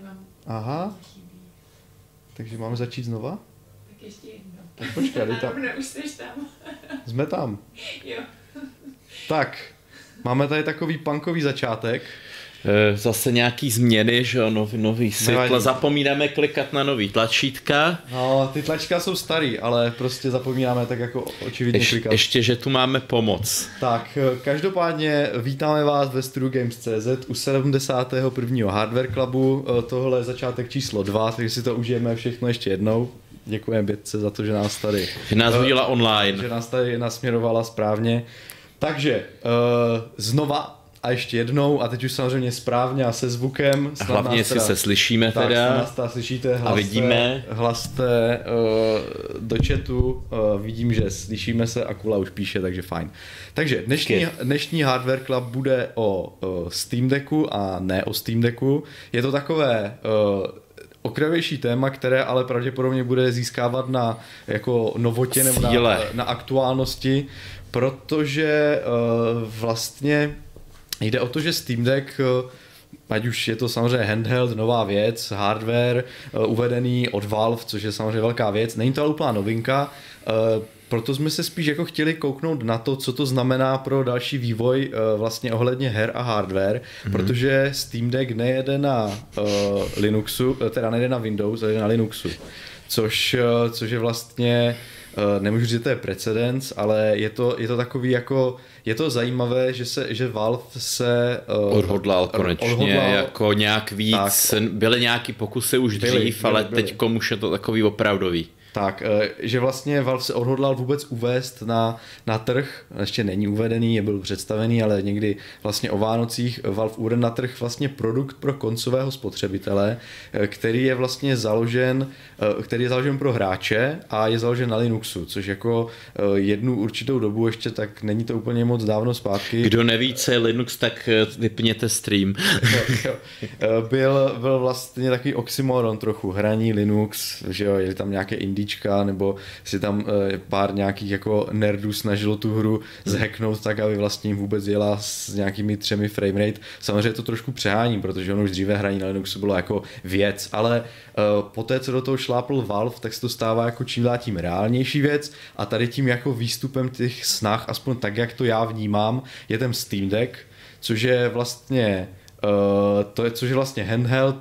vám Aha, chybí. takže máme začít znova? Tak ještě jedno. Tak počkej, dej tam. Už jsi tam. Jsme tam. Jo. Tak, máme tady takový punkový začátek. Zase nějaký změny, že jo, nový světla, Nevadí. zapomínáme klikat na nový tlačítka. No, ty tlačka jsou starý, ale prostě zapomínáme tak jako očividně klikat. Ještě, že tu máme pomoc. Tak, každopádně vítáme vás ve Studio Games.cz u 71. Hardware Clubu. Tohle je začátek číslo 2, takže si to užijeme všechno ještě jednou. Děkujeme Bětce za to, že nás tady... Že nás hodila online. Že nás tady nasměrovala správně. Takže, znova a ještě jednou, a teď už samozřejmě správně a se zvukem. A hlavně si se slyšíme tak, teda. Tak, nás teda slyšíte, a vidíme. Hlaste do chatu, vidím, že slyšíme se a Kula už píše, takže fajn. Takže dnešní Hardware Club bude o Steam Decku a ne o Steam Decku. Je to takové okrajovější téma, které ale pravděpodobně bude získávat na jako novotě nebo na aktuálnosti, protože vlastně jde o to, že Steam Deck, ať už je to samozřejmě handheld, nová věc, hardware, uvedený od Valve, což je samozřejmě velká věc, není to ale úplná novinka, proto jsme se spíš jako chtěli kouknout na to, co to znamená pro další vývoj vlastně ohledně her a hardware, protože Steam Deck nejede na Linuxu, teda nejede na Windows, ale jede na Linuxu, což je vlastně, nemůžu říct, že to je precedens, ale je to takový jako, je to zajímavé, že Valve se odhodlal konečně jako nějak víc, byly nějaký pokusy už dřív, ale teď už je to takový opravdový. Tak, že vlastně Valve se odhodlal vůbec uvést na trh, ještě není uvedený, je byl představený, ale někdy vlastně o Vánocích Valve uvede na trh vlastně produkt pro koncového spotřebitele, který je vlastně založen pro hráče a je založen na Linuxu, což jako jednu určitou dobu ještě, tak není to úplně moc dávno zpátky. Kdo neví, co je Linux, tak vypněte stream. Byl vlastně takový oxymoron trochu, hraní Linux, že jo, je tam nějaké indíčka, nebo si tam pár nějakých jako nerdů snažilo tu hru zhacknout tak, aby vlastně jim vůbec jela s nějakými 3 framerate. Samozřejmě to trošku přeháním, protože ono už dříve hraní na Linuxu bylo jako věc, ale poté, co do toho šlápl Valve, tak se to stává jako čím dál tím reálnější věc a tady tím jako výstupem těch snah, aspoň tak, jak to já vnímám, je ten Steam Deck, což je vlastně což je vlastně handheld,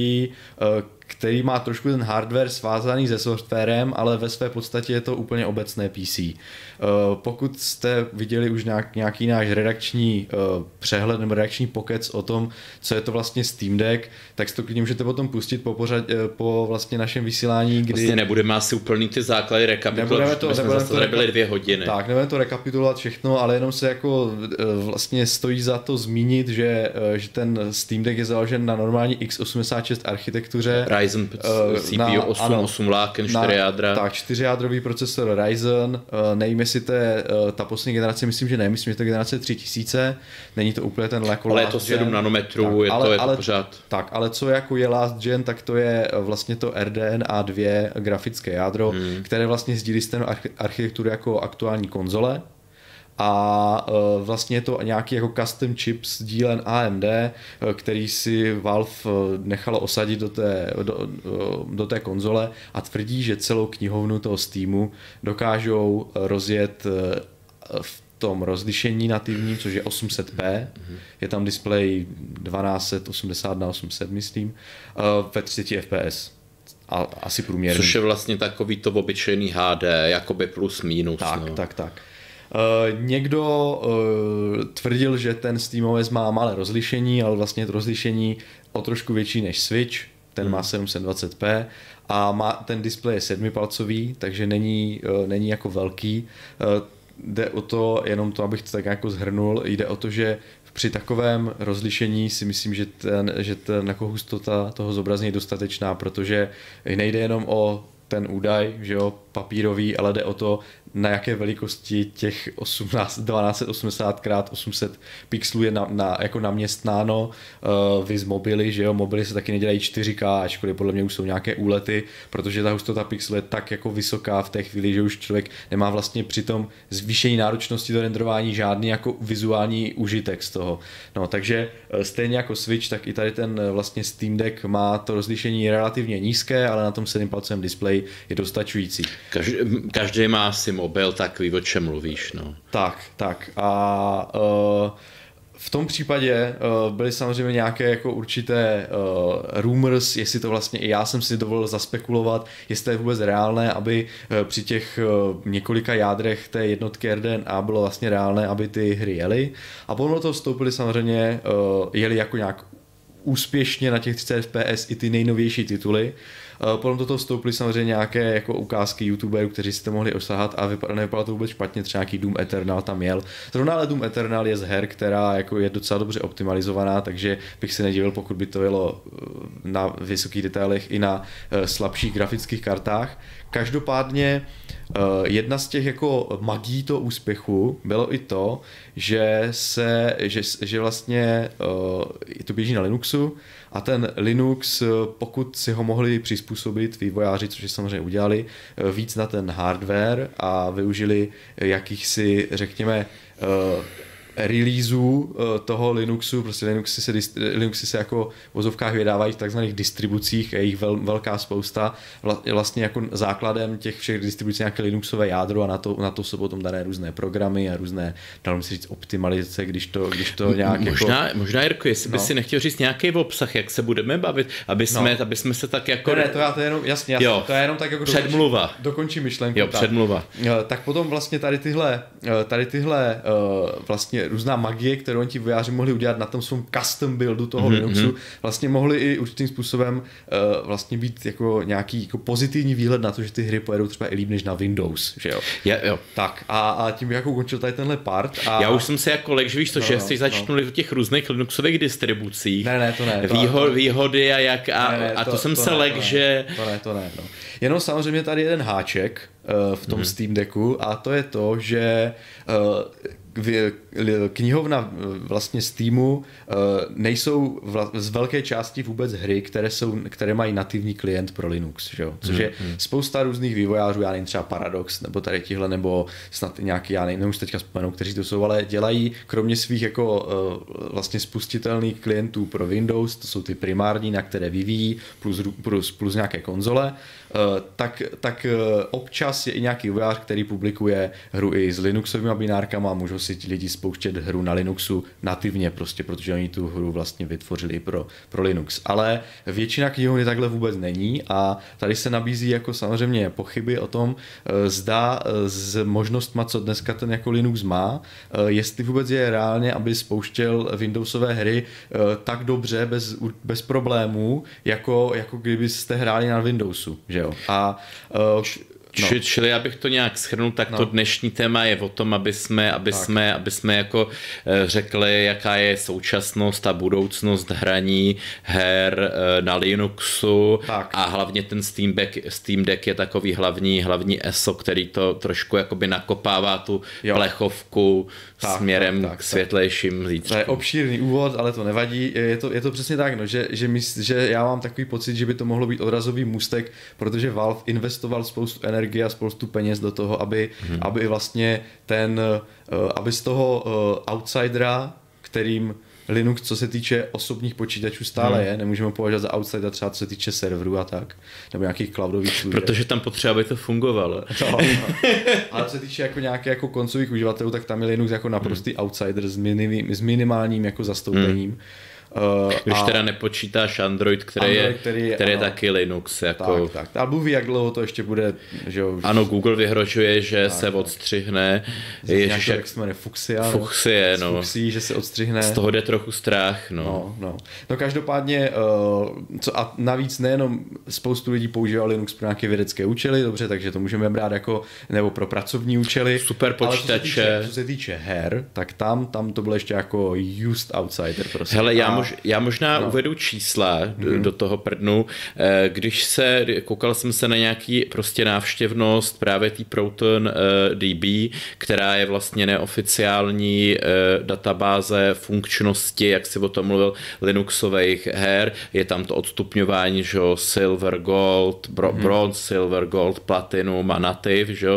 který má trošku ten hardware svázaný se softwarem, ale ve své podstatě je to úplně obecné PC. Pokud jste viděli už nějaký náš redakční přehled nebo redakční pokec o tom, co je to vlastně Steam Deck, tak si to klidně můžete potom pustit po vlastně našem vysílání, kdy... Vlastně nebudeme asi úplný ty základy rekapitulovat, protože jsme zase tady byli 2 hodiny. Tak, nebudeme to rekapitulovat všechno, ale jenom se jako vlastně stojí za to zmínit, že ten Steam Deck je založen na normální x86 architektuře. Ryzen CPU 8 láken, 4 jádra. Tak, 4jádrový procesor Ryzen, nevím, jestli to je ta poslední generace, myslím, že že to je generace 3000, není to úplně ten jako ale je to 7 nanometrů, tak, je to pořád. Tak, ale co jako je last gen, tak to je vlastně to RDNA2 grafické jádro, které vlastně sdílí stejnou architekturu jako aktuální konzole. A vlastně je to nějaký jako custom chip sdílen AMD, který si Valve nechalo osadit do té konzole a tvrdí, že celou knihovnu toho Steamu dokážou rozjet v tom rozlišení nativním, což je 800p, je tam display 1280 na 800, myslím, ve 30 fps. A asi průměrný. Což je vlastně takový to obyčejný HD, jakoby plus minus. Tak. Někdo tvrdil, že ten SteamOS má malé rozlišení, ale vlastně to rozlišení o trošku větší než Switch, ten má 720p a má ten displej je 7palcový, takže není jako velký. Jde o to, jenom to, abych to tak jako zhrnul, jde o to, že při takovém rozlišení si myslím, že ten jako hustota toho zobrazení je dostatečná, protože nejde jenom o ten údaj, že jo, papírový, ale jde o to, na jaké velikosti těch 1280x800 pixelů je jako naměstnáno, viz mobily, že jo, mobily se taky nedělají 4K, ačkoliv podle mě už jsou nějaké úlety, protože ta hustota pixelu je tak jako vysoká v té chvíli, že už člověk nemá vlastně při tom zvýšení náročnosti do renderování žádný jako vizuální užitek z toho. No, takže stejně jako Switch, tak i tady ten vlastně Steam Deck má to rozlišení relativně nízké, ale na tom 7-palcovém displeji je dostačující. Každý má asi mobil, takový, o čem mluvíš, no. Tak. A v tom případě byly samozřejmě nějaké jako určité rumors, jestli to vlastně i já jsem si dovolil zaspekulovat, jestli to je vůbec reálné, aby při těch několika jádrech té jednotky RDNA bylo vlastně reálné, aby ty hry jely. A potom do toho vstoupily samozřejmě, jeli jako nějak úspěšně na těch 30 FPS i ty nejnovější tituly. Potom do toho vstoupily samozřejmě nějaké jako ukázky youtuberů, kteří si to mohli osahat a nevypadalo to vůbec špatně, třeba nějaký Doom Eternal tam jel. Zrovna ale Doom Eternal je z her, která jako je docela dobře optimalizovaná, takže bych se nedivil, pokud by to jelo na vysokých detailech i na slabších grafických kartách. Každopádně jedna z těch jako magií toho úspěchu bylo i to, že vlastně to běží na Linuxu a ten Linux, pokud si ho mohli přizpůsobit vývojáři, což samozřejmě udělali, víc na ten hardware a využili jakýchsi, řekněme, releaseů toho Linuxu, prostě Linuxy se jako v vozovkách vydávají v takzvaných distribucích, je jich velká spousta, vlastně jako základem těch všech distribucí nějaké Linuxové jádro a na to jsou potom dané různé programy a různé, dalo si říct, optimalizace, když to nějak možná Jirko, jestli by si nechtěl říct nějaký obsah, jak se budeme bavit, aby jsme se tak jako... Ne, to je jenom, jasně, to je jenom tak jako dokončím myšlenku. Jo, předmluva. Tak potom vlastně tady tyhle vlastně různá magie, kterou ti vojáři mohli udělat na tom svém custom buildu toho Linuxu, vlastně mohli i určitým způsobem vlastně být jako nějaký jako pozitivní výhled na to, že ty hry pojedou třeba i líp než na Windows, že jo? Jo. Tak a tím jako ukončil tady tenhle part. Já už jsem se jako že víš to, že jste začnuli v těch různých Linuxových distribucích. Ne, to ne. Výhody a jak a to jsem se že... To ne. No. Jenom samozřejmě tady jeden háček v tom Steam Decku a to je to, že knihovna vlastně Steamu nejsou z velké části vůbec hry, které mají nativní klient pro Linux, že jo? Což je spousta různých vývojářů, já nevím, třeba Paradox, nebo tady tihle, nebo snad nějaký, já nevím, už teďka vzpomenu, kteří to jsou, ale dělají kromě svých jako vlastně spustitelných klientů pro Windows, to jsou ty primární, na které vyvíjí, plus nějaké konzole, tak občas je i nějaký vývojář, který publikuje hru i s Linuxovými binárkama, můžou si lidi spouštět hru na Linuxu nativně prostě, protože oni tu hru vlastně vytvořili pro Linux. Ale většina knihovny takhle vůbec není a tady se nabízí jako samozřejmě pochyby o tom, zda s možnostma, co dneska ten jako Linux má, jestli vůbec je reálně, aby spouštěl Windowsové hry tak dobře, bez problémů, jako kdybyste hráli na Windowsu, že jo? A Čili já bych to nějak shrnul, tak to dnešní téma je o tom, aby jsme jako řekli, jaká je současnost a budoucnost hraní her na Linuxu a hlavně ten Steam Deck je takový hlavní ESO, který to trošku jakoby nakopává tu plechovku směrem k světlejším zítřkům. To je obšírný úvod, ale to nevadí. Je to přesně tak, no, že já mám takový pocit, že by to mohlo být odrazový můstek, protože Valve investoval spoustu energie a spoustu peněz do toho, aby vlastně aby z toho outsidera, kterým Linux, co se týče osobních počítačů, stále je. Nemůžeme považovat za outsidera třeba co se týče serverů a tak. Nebo nějakých cloudových služeb. Protože tam potřeba, aby to fungovalo. No. Ale co se týče jako nějaké jako koncových uživatelů, tak tam je Linux jako naprostý outsider s minimálním jako zastoupením. Když teda nepočítáš Android, který je taky Linux. Jako... Tak. A Bůh ví, jak dlouho to ještě bude. Že už... Ano, Google vyhrožuje, že se odstřihne. Jak se jmenuje Fuchsie, no. Fuchsí, že se odstřihne. Z toho jde trochu strach, no. No každopádně, a navíc nejenom spoustu lidí používá Linux pro nějaké vědecké účely, dobře, takže to můžeme brát jako, nebo pro pracovní účely. Super počítače. Ale co se týče her, tak tam to bylo ještě jako used outsider, prostě. Hele, já Já možná uvedu čísla do toho prdnu. Koukal jsem se na nějaký prostě návštěvnost právě té Proton DB, která je vlastně neoficiální databáze funkčnosti, jak si o tom mluvil, Linuxových her. Je tam to odstupňování, že Silver, Gold, Bronze, Silver, Gold, Platinum a Native, že?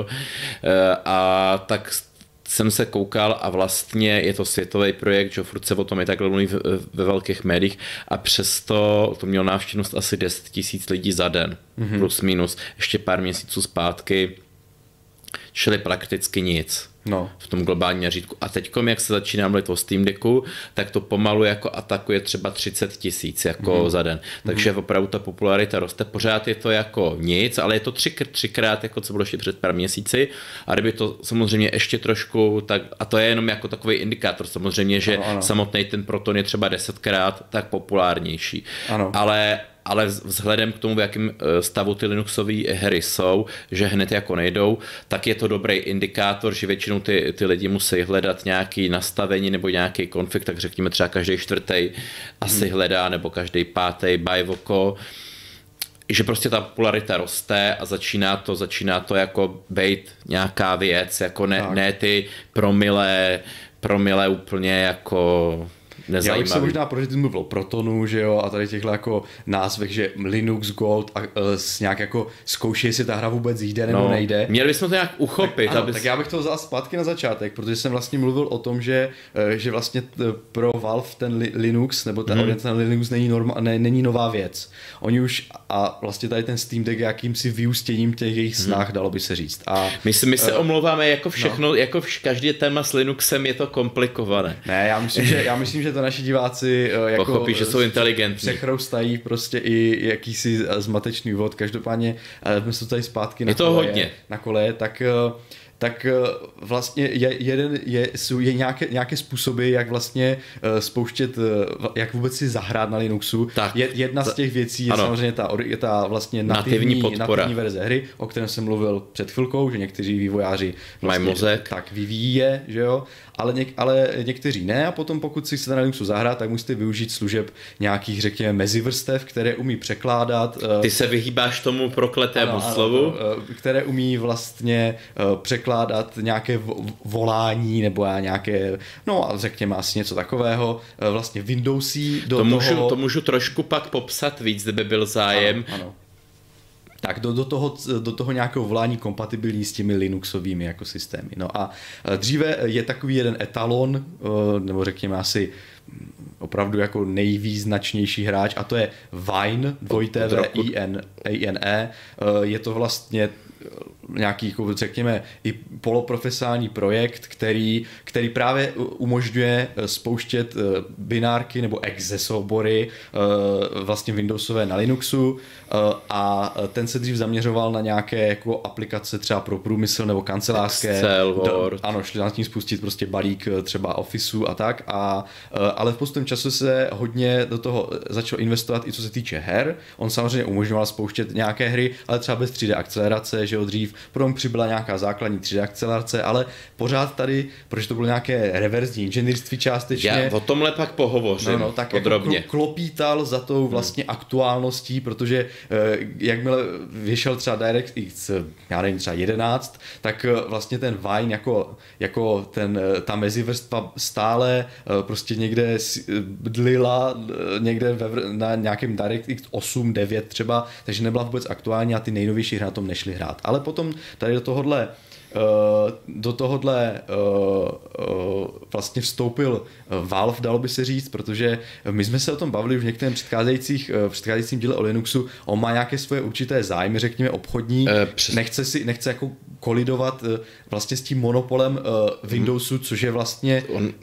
A tak jsem se koukal a vlastně je to světový projekt, že furt se o tom i takhle mluví ve velkých médiích a přesto to mělo návštěvnost asi 10 000 lidí za den, plus minus, ještě pár měsíců zpátky, čili prakticky nic. V tom globálním měřítku. A teďkom, jak se začíná mluvit o Steam Decku, tak to pomalu jako atakuje třeba 30 000 jako za den. Takže opravdu ta popularita roste. Pořád je to jako nic, ale je to třikrát, jako co bylo ještě před pár měsíci. A kdyby to samozřejmě ještě trošku, tak, a to je jenom jako takový indikátor samozřejmě, že samotný ten Proton je třeba 10krát tak populárnější. Ale vzhledem k tomu, v jakém stavu ty Linuxové hry jsou, že hned jako nejdou, tak je to dobrý indikátor, že většinou ty lidi musí hledat nějaké nastavení nebo nějaký konfig, tak řekněme třeba každý čtvrtý asi hledá, nebo každý pátý bajvoko, že prostě ta popularita roste a začíná to jako být nějaká věc, jako ne ty promile úplně jako nezajímavý. Já bych se možná, protože ty mluvil o Protonu, že jo, a tady těchto jako názvech, že Linux, Gold a nějak jako zkouší, jestli ta hra vůbec jde nebo nejde. Měli bychom to nějak uchopit. Tak já bych to vzal zpátky na začátek, protože jsem vlastně mluvil o tom, že vlastně pro Valve ten Linux, nebo ten Linux není nová věc. Oni už, a vlastně tady ten Steam Deck je jakýmsi vyústěním těch jejich snah, dalo by se říct. A my se omlouváme, jako všechno, jako každý téma s Linuxem je to komplikované. Ne, já myslím, že to naši diváci jako pochopí, že jsou inteligentní. Přechroustají prostě i jakýsi zmatečný úvod. Každopádně jsme se tady zpátky na koleje, tak vlastně jsou nějaké způsoby, jak vlastně spouštět, jak vůbec si zahrát na Linuxu. Jedna z těch věcí je samozřejmě ta vlastně nativní verze hry, o kterém jsem mluvil před chvilkou, že někteří vývojáři vlastně tak vyvíjí je, že jo, ale někteří ne, a potom pokud si chcete na Linuxu zahrát, tak musíte využít služeb nějakých, řekněme, mezivrstev, které umí překládat. Ty se vyhýbáš tomu prokletému slovu. Které umí vlastně překládat nějaké volání nebo nějaké, řekněme asi něco takového, vlastně Windowsí do toho. To můžu trošku pak popsat víc, kdyby byl zájem. Ano. Tak do toho nějakého volání kompatibilní s těmi Linuxovými jako systémy. No a dříve je takový jeden etalon, nebo řekněme asi opravdu jako nejvýznačnější hráč, a to je Wine, Wine. Je to vlastně nějaký, řekněme, i poloprofesionální projekt, který právě umožňuje spouštět binárky nebo exe soubory vlastně Windowsové na Linuxu, a ten se dřív zaměřoval na nějaké jako aplikace třeba pro průmysl nebo kancelářské. Excel, Word. Ano, šli na tím spustit prostě balík třeba Officeu a tak, ale v postupném času se hodně do toho začal investovat i co se týče her. On samozřejmě umožňoval spouštět nějaké hry, ale třeba bez 3D akcelerace, že jo, dřív. Potom přibyla nějaká základní 3D akcelerace, ale pořád tady, protože to bylo nějaké reverzní inženýrství částečně. Já o tomhle pak pohovořím tak podrobně. Jako klopítal za tou vlastně aktuálností, protože jakmile vyšel třeba DirectX, já nevím, třeba 11, tak vlastně ten Wine jako ta mezivrstva stále prostě někde bdlila někde na nějakém DirectX 8, 9 třeba, takže nebyla vůbec aktuální a ty nejnovější hry na tom nešly hrát. Ale potom tady do tohohle vlastně vstoupil Valve, dalo by se říct, protože my jsme se o tom bavili už v některém předcházejícím díle o Linuxu. On má nějaké svoje určité zájmy, řekněme obchodní, nechce jako kolidovat vlastně s tím monopolem Windowsu, což je vlastně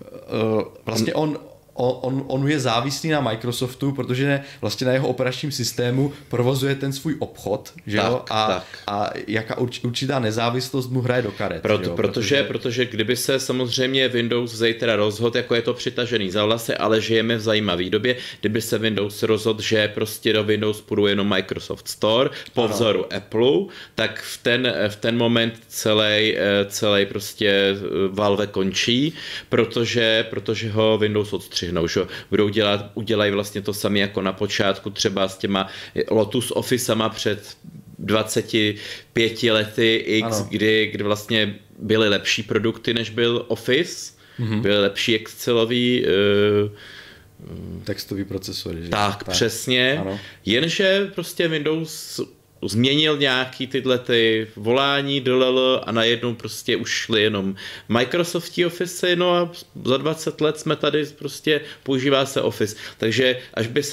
on je závislý na Microsoftu, protože vlastně na jeho operačním systému provozuje ten svůj obchod, že jo? A jaká určitá nezávislost mu hraje do karet. Protože kdyby se samozřejmě Windows zítra rozhodl, jako je to přitažený za vlasy, ale žijeme v zajímavé době, kdyby se Windows rozhodl, že prostě do Windows půjdu jenom Microsoft Store po vzoru Apple, tak v ten moment celý prostě Valve končí, protože ho Windows odstřihuje odstřihnou, že udělají vlastně to samé jako na počátku třeba s těma Lotus Officema před 25 lety X, kdy vlastně byly lepší produkty, než byl Office, byly lepší Excelový textový procesory. Tak, přesně. Ano. Jenže prostě Windows změnil nějaký tyhle ty volání DLL a najednou prostě už šly jenom Microsoftí Office, no a za 20 let jsme tady prostě používá se Office. Takže až by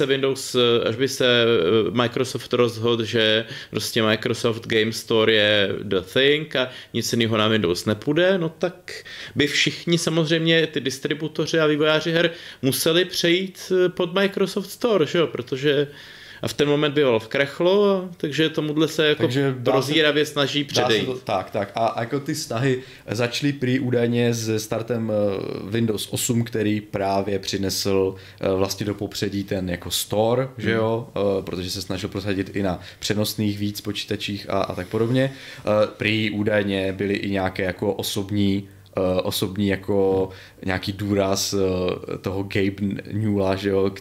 se Microsoft rozhodl, že prostě Microsoft Game Store je the thing a nic jiného na Windows nepůjde, no tak by všichni samozřejmě ty distributoři a vývojáři her museli přejít pod Microsoft Store, že jo, protože a v ten moment by Valve krachlo, takže tomuhle se jako prozíravě snaží předejít. Tak. A jako ty snahy začaly prý údajně se startem Windows 8, který právě přinesl vlastně do popředí ten jako store, že jo, protože se snažil prosadit i na přenosných víc počítačích a tak podobně. Prý údajně byly i nějaké jako osobní jako nějaký důraz toho Gabe Newella, že jo,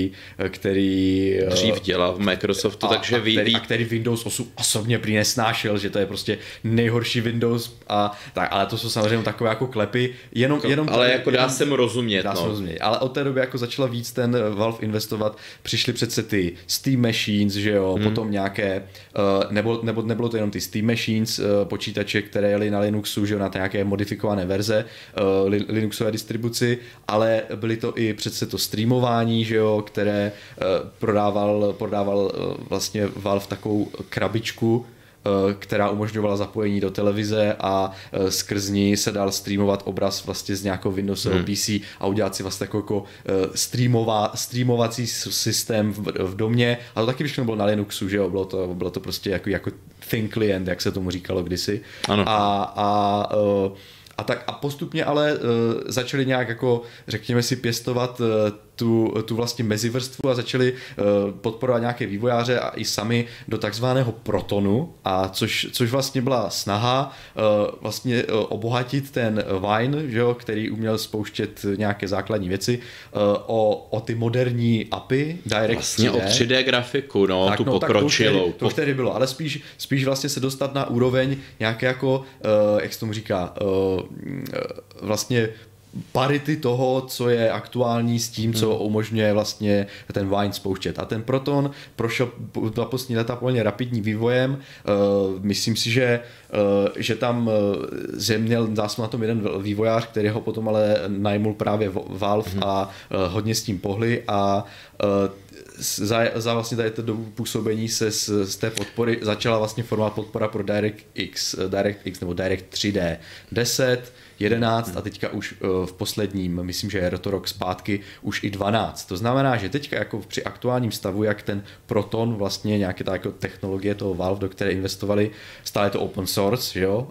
který dřív dělal v Microsoftu, takže který Windows 8 osobně prý nesnášel, že to je prostě nejhorší Windows a tak, ale to jsou samozřejmě takové jako klepy, ale jako dá se mu rozumět, ale od té doby jako začala víc ten Valve investovat, přišly přece ty Steam Machines, že jo, potom nějaké nebylo to jenom ty Steam Machines, počítače, které jeli na Linuxu, že jo, na nějaké modifikované verze Linuxové distribuci, ale byly to i přece to streamování, že jo, které prodával vlastně Valve takovou krabičku, která umožňovala zapojení do televize a skrz ní se dal streamovat obraz vlastně z nějakého Windowsového PC a udělat si vlastně jako streamovací systém v domě. A to taky všechno bylo na Linuxu, že jo, bylo to prostě jako thin client, jak se tomu říkalo kdysi. Ano. A postupně ale začali nějak jako, řekněme si, pěstovat tu vlastně mezivrstvu a začali podporovat nějaké vývojáře a i sami do takzvaného Protonu, a což vlastně byla snaha vlastně obohatit ten Wine, že jo, který uměl spouštět nějaké základní věci o ty moderní API DirectX vlastně 3D. O 3D grafiku, tu pokročilou. To už tedy bylo, ale spíš vlastně se dostat na úroveň nějaké jako, jak se tomu říká, vlastně parity toho, co je aktuální s tím, co umožňuje vlastně ten Wine spouštět. A ten Proton prošel za poslední leta poměrně rapidní vývojem. Myslím si, že tam měl dá na tom jeden vývojář, který ho potom ale najmul právě Valve a hodně s tím pohli a za vlastně tady to dobu působení se z té podpory začala vlastně formovat podpora pro DirectX nebo Direct 3D 10, 11 a teďka už v posledním, myslím, že je to rok zpátky, už i 12. To znamená, že teďka jako při aktuálním stavu, jak ten Proton, vlastně nějaké ta jako technologie toho Valve, do které investovali, stále to open source, že jo,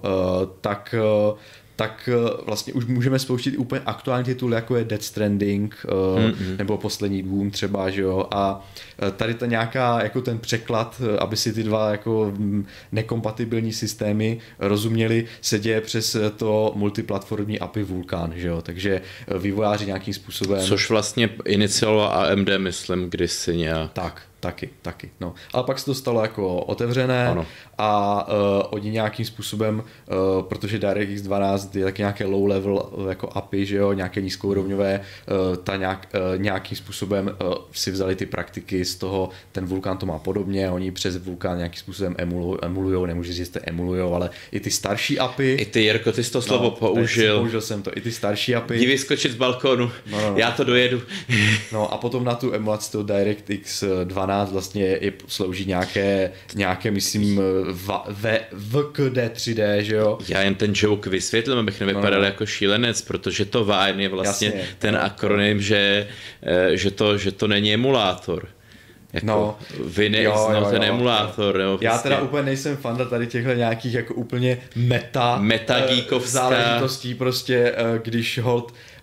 tak vlastně už můžeme spouštět úplně aktuální titul, jako je Death Stranding nebo Poslední dům třeba, že jo, a tady ta nějaká, jako ten překlad, aby si ty dva jako nekompatibilní systémy rozuměli, se děje přes to multiplatformní API Vulkan, že jo, takže vývojáři nějakým způsobem... Což vlastně iniciovalo AMD, myslím, kdysi nějak. Taky, no. Ale pak se to stalo jako otevřené. Ano. A oni nějakým způsobem, protože DirectX 12 je taky nějaké low level jako API, že jo, nějaké nízkourovňové, nějakým způsobem si vzali ty praktiky z toho, ten Vulkan to má podobně, oni přes Vulkan nějakým způsobem emulujou, nemůžu říct, emulujou, ale i ty starší API. I ty, Jirko, ty jsi to slovo použil. Použil jsem to, i ty starší API. Jdi vyskočit z balkónu, já to dojedu. No a potom na tu emulaci toho DirectX 12 vlastně slouží nějaké myslím, VKD 3D, že jo? Já jen ten joke vysvětlím, abych nevypadal jako šílenec, protože to Wine je vlastně ten akronym, že to není emulátor. Jako ten emulátor. Jo, já teda úplně nejsem fanda tady těchto nějakých jako úplně metageekovská záležitostí, prostě, když hold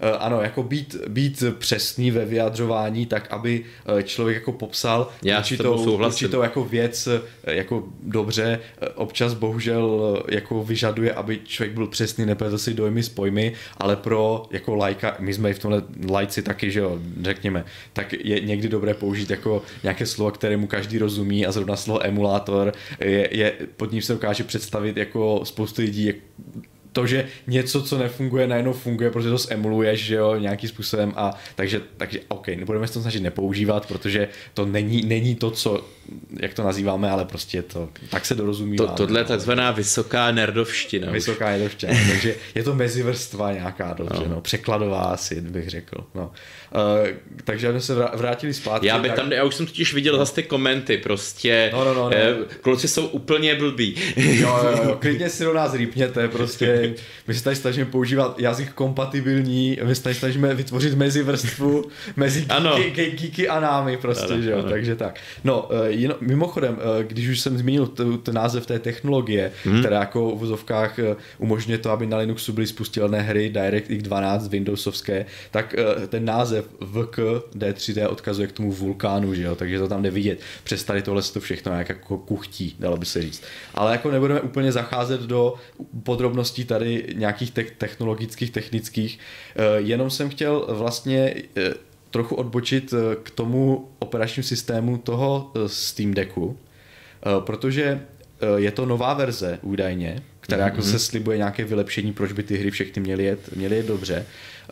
ano, jako být přesný ve vyjadřování, tak aby člověk jako popsal určitou jako věc jako dobře. Občas bohužel jako vyžaduje, aby člověk byl přesný, nepletl si dojmy s pojmy, ale pro jako lajka, my jsme i v tomhle lajci taky, že jo, řekněme, tak je někdy dobré použít jako nějaké slovo, kterému každý rozumí, a zrovna slovo emulátor pod ním se dokáže představit jako spoustu lidí, to, že něco, co nefunguje, najednou funguje, protože to zemuluješ, že jo, nějakým způsobem, a takže OK, nebudeme se to snažit nepoužívat, protože to není to, co, jak to nazýváme, ale prostě to, tak se dorozumíváme. Tohle je takzvaná vysoká nerdovština. Vysoká nerdovština, takže je to mezivrstva nějaká, dobře, no, překladová asi, bych řekl, no. Takže jsme se vrátili zpátky. Já už jsem totiž viděl zase ty komenty, prostě no. Kluci jsou úplně blbí. Jo, klidně si do nás rýpněte, prostě my se tady snažíme používat jazyk kompatibilní, my se tady snažíme vytvořit mezivrstvu mezi geeky a námi prostě, že jo, takže tak. No, mimochodem, když už jsem zmínil ten název té technologie, která jako v vozovkách umožňuje to, aby na Linuxu byly spustilné hry DirectX 12 Windowsovské, tak ten název VK D3D odkazuje k tomu vulkánu, že jo, takže to tam jde vidět. Přes tady tohle to všechno jako kuchtí, dalo by se říct. Ale jako nebudeme úplně zacházet do podrobností tady nějakých technologických, technických, jenom jsem chtěl vlastně trochu odbočit k tomu operačnímu systému toho Steam Decku, protože je to nová verze údajně, která jako se slibuje nějaké vylepšení, proč by ty hry všechny měly jet dobře,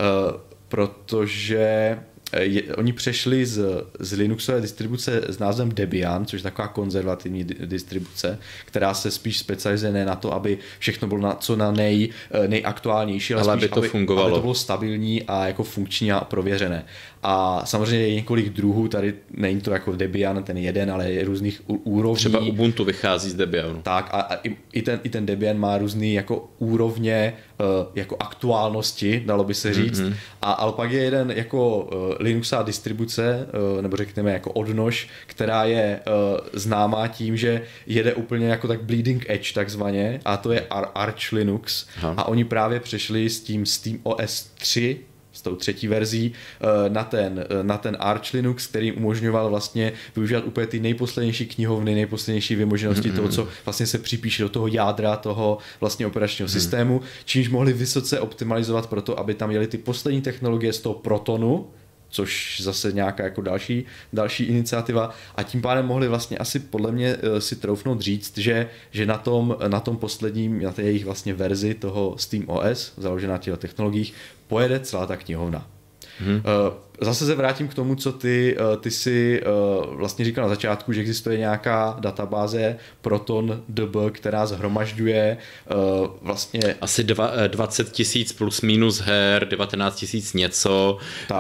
protože oni přešli z Linuxové distribuce s názvem Debian, což je taková konzervativní distribuce, která se spíš specializuje ne na to, aby všechno bylo co na nejaktuálnější, ale spíš, aby to bylo stabilní a jako funkční a prověřené. A samozřejmě je několik druhů, tady není to jako Debian, ten jeden, ale je různých úrovní. Třeba Ubuntu vychází z Debianu. Tak a i ten Debian má různý jako úrovně jako aktuálnosti, dalo by se říct. Ale pak je jeden jako Linuxová distribuce, nebo řekněme jako odnož, která je známá tím, že jede úplně jako tak bleeding edge takzvaně, a to je Arch Linux. Aha. A oni právě přešli s tím SteamOS 3, s tou třetí verzí, na ten Arch Linux, který umožňoval vlastně využívat úplně ty nejposlednější knihovny, nejposlednější vymoženosti toho, co vlastně se připíše do toho jádra toho vlastně operačního systému, čímž mohli vysoce optimalizovat pro to, aby tam jeli ty poslední technologie z toho Protonu, což zase nějaká jako další iniciativa, a tím pádem mohli vlastně asi podle mě si troufnout říct, že na tom posledním, na té jejich vlastně verzi toho SteamOS, založená na těch technologiích, pojede celá ta knihovna. Zase se vrátím k tomu, co ty si vlastně říkal na začátku, že existuje nějaká databáze ProtonDB, která zhromažďuje vlastně... Asi 20 000 plus minus her, 19 000 něco,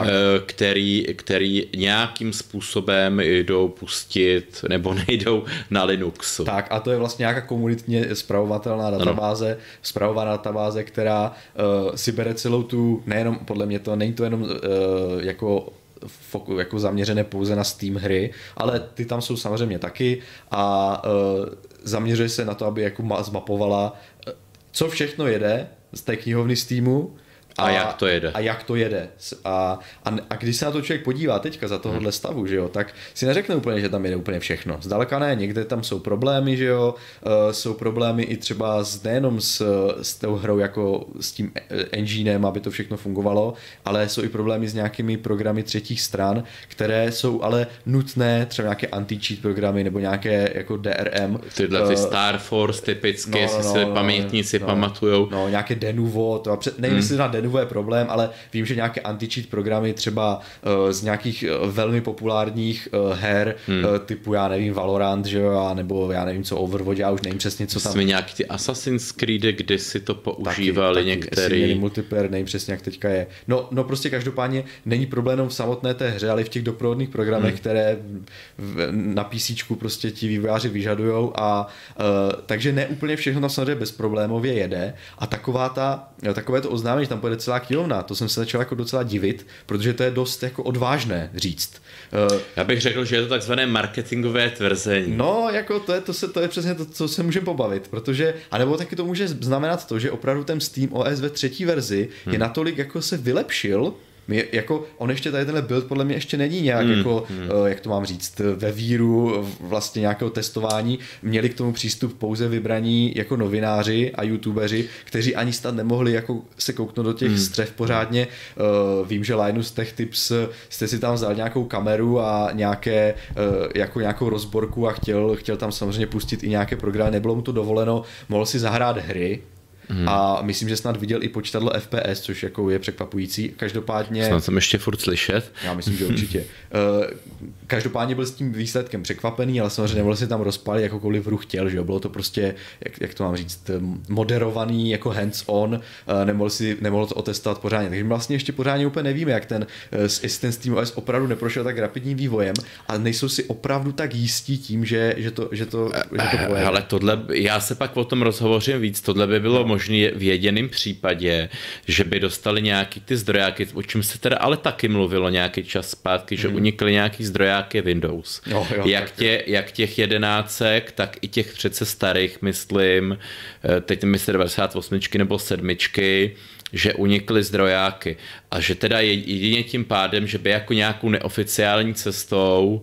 který nějakým způsobem jdou pustit nebo nejdou na Linuxu. Tak, a to je vlastně nějaká komunitně spravovatelná databáze, která si bere celou tu, nejenom podle mě to, není to jenom jako zaměřené pouze na Steam hry, ale ty tam jsou samozřejmě taky, a zaměřuje se na to, aby jako zmapovala, co všechno jede z té knihovny Steamu, a jak to jede. A když se na to člověk podívá teďka za tohohle stavu, že jo, tak si neřekne úplně, že tam jede úplně všechno. Zdaleka ne, někde tam jsou problémy, že jo, jsou problémy i třeba nejenom s tou hrou jako s tím enginem, aby to všechno fungovalo, ale jsou i problémy s nějakými programy třetích stran, které jsou ale nutné, třeba nějaké anti-cheat programy nebo nějaké jako DRM. Tyhle ty Star Force typicky, jestli si pamětníci pamatujou. No, nějaké Denuvo, nevím, jestli na Denuvo je problém, ale vím, že nějaké anti-cheat programy třeba z nějakých velmi populárních her, typu, já nevím, Valorant, že jo, nebo já nevím co, Overwatch, já už nevím přesně, co tam... Jsme nějaký ty Assassin's Creed, kdy si to používali některý... Taky, multiplayer, nevím přesně, jak teďka je. No prostě každopádně není problém v samotné té hře, ale i v těch doprovodných programech, které na PCčku prostě ti vývojáři vyžadujou, a takže ne úplně všechno tam samozřejmě bezproblémově jede, a takové to oznámení, že tam pojede celá knihovna. To jsem se začal jako docela divit, protože to je dost jako odvážné říct. Já bych řekl, že je to takzvané marketingové tvrzení. No, jako to je přesně to, co se můžeme pobavit, protože, anebo taky to může znamenat to, že opravdu ten Steam OS ve 3. verzi je natolik jako se vylepšil, jako on ještě tady tenhle build podle mě ještě není nějak jak to mám říct, ve víru vlastně nějakého testování. Měli k tomu přístup pouze vybraní jako novináři a youtubeři, kteří ani snad nemohli jako se kouknout do těch střev pořádně. Vím, že Linus Tech Tips jste si tam vzal nějakou kameru a nějakou rozborku a chtěl tam samozřejmě pustit i nějaké programy, nebylo mu to dovoleno, mohl si zahrát hry. A myslím, že snad viděl i počítadlo FPS, což jako je překvapující. Každopádně... Snad jsem ještě furt slyšet. Já myslím, že určitě. Každopádně byl s tím výsledkem překvapený, ale samozřejmě nemohl si tam rozpalit jakoukoliv hru chtěl, že jo. Bylo to prostě, jak to mám říct, moderovaný jako hands-on, nemohl to otestovat pořádně. Takže vlastně ještě pořádně úplně nevíme, jak ten Steam OS opravdu neprošel tak rapidním vývojem a nejsou si opravdu tak jistí tím, že to pojede. Ale tohle, já se pak o tom rozhovořím víc, tohle by bylo možný v jediném případě, že by dostali nějaký ty zdrojáky, o čem se teda ale taky mluvilo nějaký čas zpátky, že unikly nějaký zdrojáky Windows. Jak těch 11, tak i těch přece starých, myslím, teď myslím 98 nebo 7, že unikly zdrojáky. A že teda jedině tím pádem, že by jako nějakou neoficiální cestou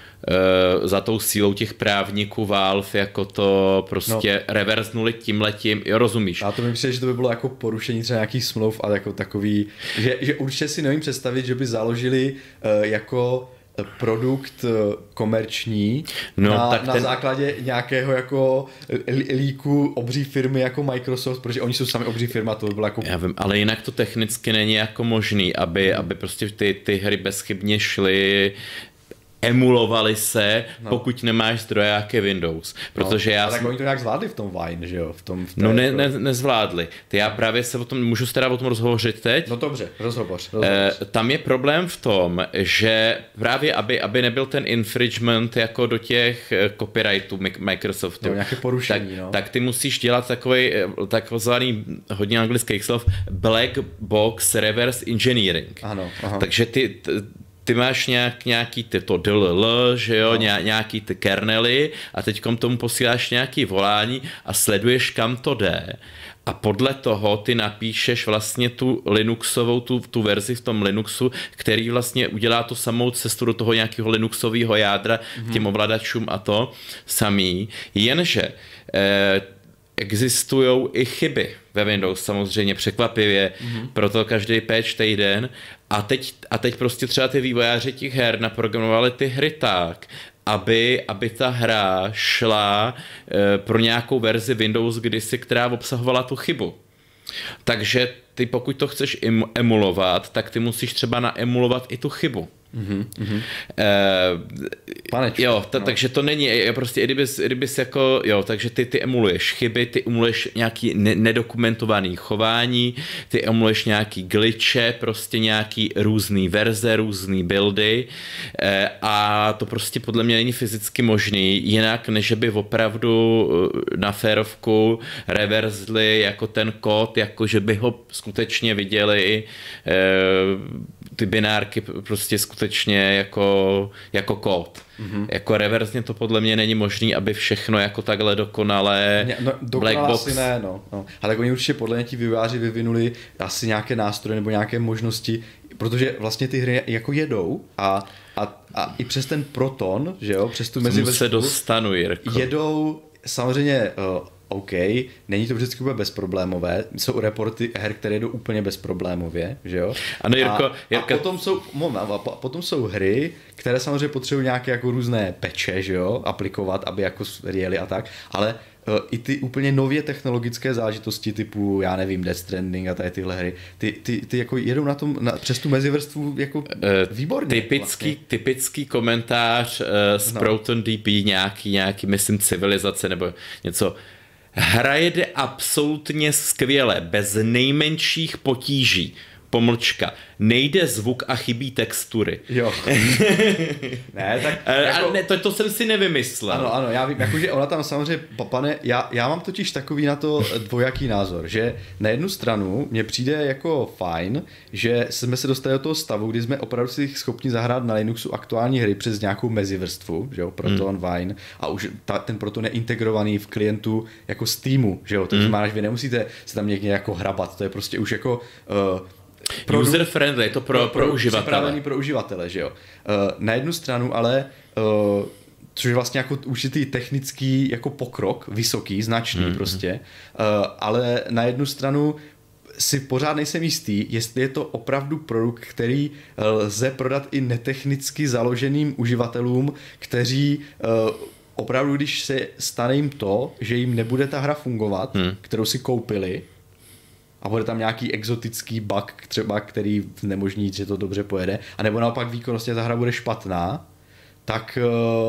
za tou sílou těch právníků Valve jako to prostě reverznuli tímhletím, jo, rozumíš? A to mi přijde, že to by bylo jako porušení třeba nějakých smluv a jako takový, že určitě si nevím představit, že by založili jako produkt komerční na základě nějakého jako líku obří firmy jako Microsoft, protože oni jsou sami obří firma, to by bylo jako... Já vím, ale jinak to technicky není jako možný, aby prostě ty hry bezchybně šly, emulovali se, pokud nemáš zdrojáky Windows. Protože tak oni to nějak zvládli v tom Wine, že jo? Nezvládli. Já právě se o tom, můžu teda o tom rozhovořit teď? No dobře, rozhovoř. Tam je problém v tom, že právě aby nebyl ten infringement jako do těch copyrightů Microsoftu, nějaké porušení, tak ty musíš dělat takzvaný, hodně anglických slov, black box reverse engineering. Ano. Takže ty máš nějaký to DLL, že jo, nějaký ty kernely a teďkom tomu posíláš nějaký volání a sleduješ, kam to jde. A podle toho ty napíšeš vlastně tu Linuxovou, tu verzi v tom Linuxu, který vlastně udělá tu samou cestu do toho nějakého Linuxového jádra těm ovladačům a to samý. Jenže existují i chyby ve Windows, samozřejmě překvapivě, proto každý patch týden a teď prostě třeba ty vývojáři těch her naprogramovali ty hry tak, aby ta hra šla pro nějakou verzi Windows kdysi, která obsahovala tu chybu. Takže ty pokud to chceš emulovat, tak ty musíš třeba naemulovat i tu chybu. Takže to není, prostě kdybys jako, takže ty emuluješ chyby, ty emuluješ nějaký nedokumentovaný chování, ty emuluješ nějaký glitche, prostě nějaký různý verze, různý buildy a to prostě podle mě není fyzicky možný, jinak než by opravdu na férovku reverzli jako ten kód, jako že by ho skutečně viděli ty binárky prostě skutečně jako kód. Jako reverzně to podle mě není možný, aby všechno jako takhle dokonale black box. Asi ne, ale tak oni určitě podle mě ti vývojáři vyvinuli asi nějaké nástroje nebo nějaké možnosti, protože vlastně ty hry jako jedou a i přes ten Proton, že jo, přes tu mezivrstvu se dostanu, Jirko. Jedou samozřejmě OK, není to vždycky úplně bezproblémové, jsou reporty her, které jdou úplně bezproblémově, že jo? Ano, Jirko. A potom jsou hry, které samozřejmě potřebují nějaké jako různé peče, že jo, aplikovat, aby jako jeli a tak, ale i ty úplně nově technologické záležitosti typu, já nevím, Death Stranding a tady tyhle hry, ty jako jedou na tom, přes tu mezivrstvu jako výborně. Typický komentář z ProtonDB, nějaký, myslím, civilizace nebo něco. Hra jede absolutně skvěle, bez nejmenších potíží. pomlčka. Nejde zvuk a chybí textury. Jo. Ne, tak... Jako... Ne, to jsem si nevymyslel. Ano, já vím, jakože ona tam samozřejmě, pane, já mám totiž takový na to dvojaký názor, že na jednu stranu mně přijde jako fajn, že jsme se dostali do toho stavu, kdy jsme opravdu si schopni zahrát na Linuxu aktuální hry přes nějakou mezivrstvu, že jo, Proton, Wine, a už ten Proton je integrovaný v klientu jako Steamu, že jo, to znamená, že vy nemusíte se tam někde jako hrabat, to je prostě už jako... user-friendly, je to pro uživatele. Připravený pro uživatele, že jo. Na jednu stranu ale, což je vlastně jako určitý technický jako pokrok, vysoký, značný prostě, ale na jednu stranu si pořád nejsem jistý, jestli je to opravdu produkt, který lze prodat i netechnicky založeným uživatelům, kteří opravdu, když se stane jim to, že jim nebude ta hra fungovat, kterou si koupili, a bude tam nějaký exotický bug třeba, který znemožní, že to dobře pojede, a nebo naopak výkonnostně ta hra bude špatná, tak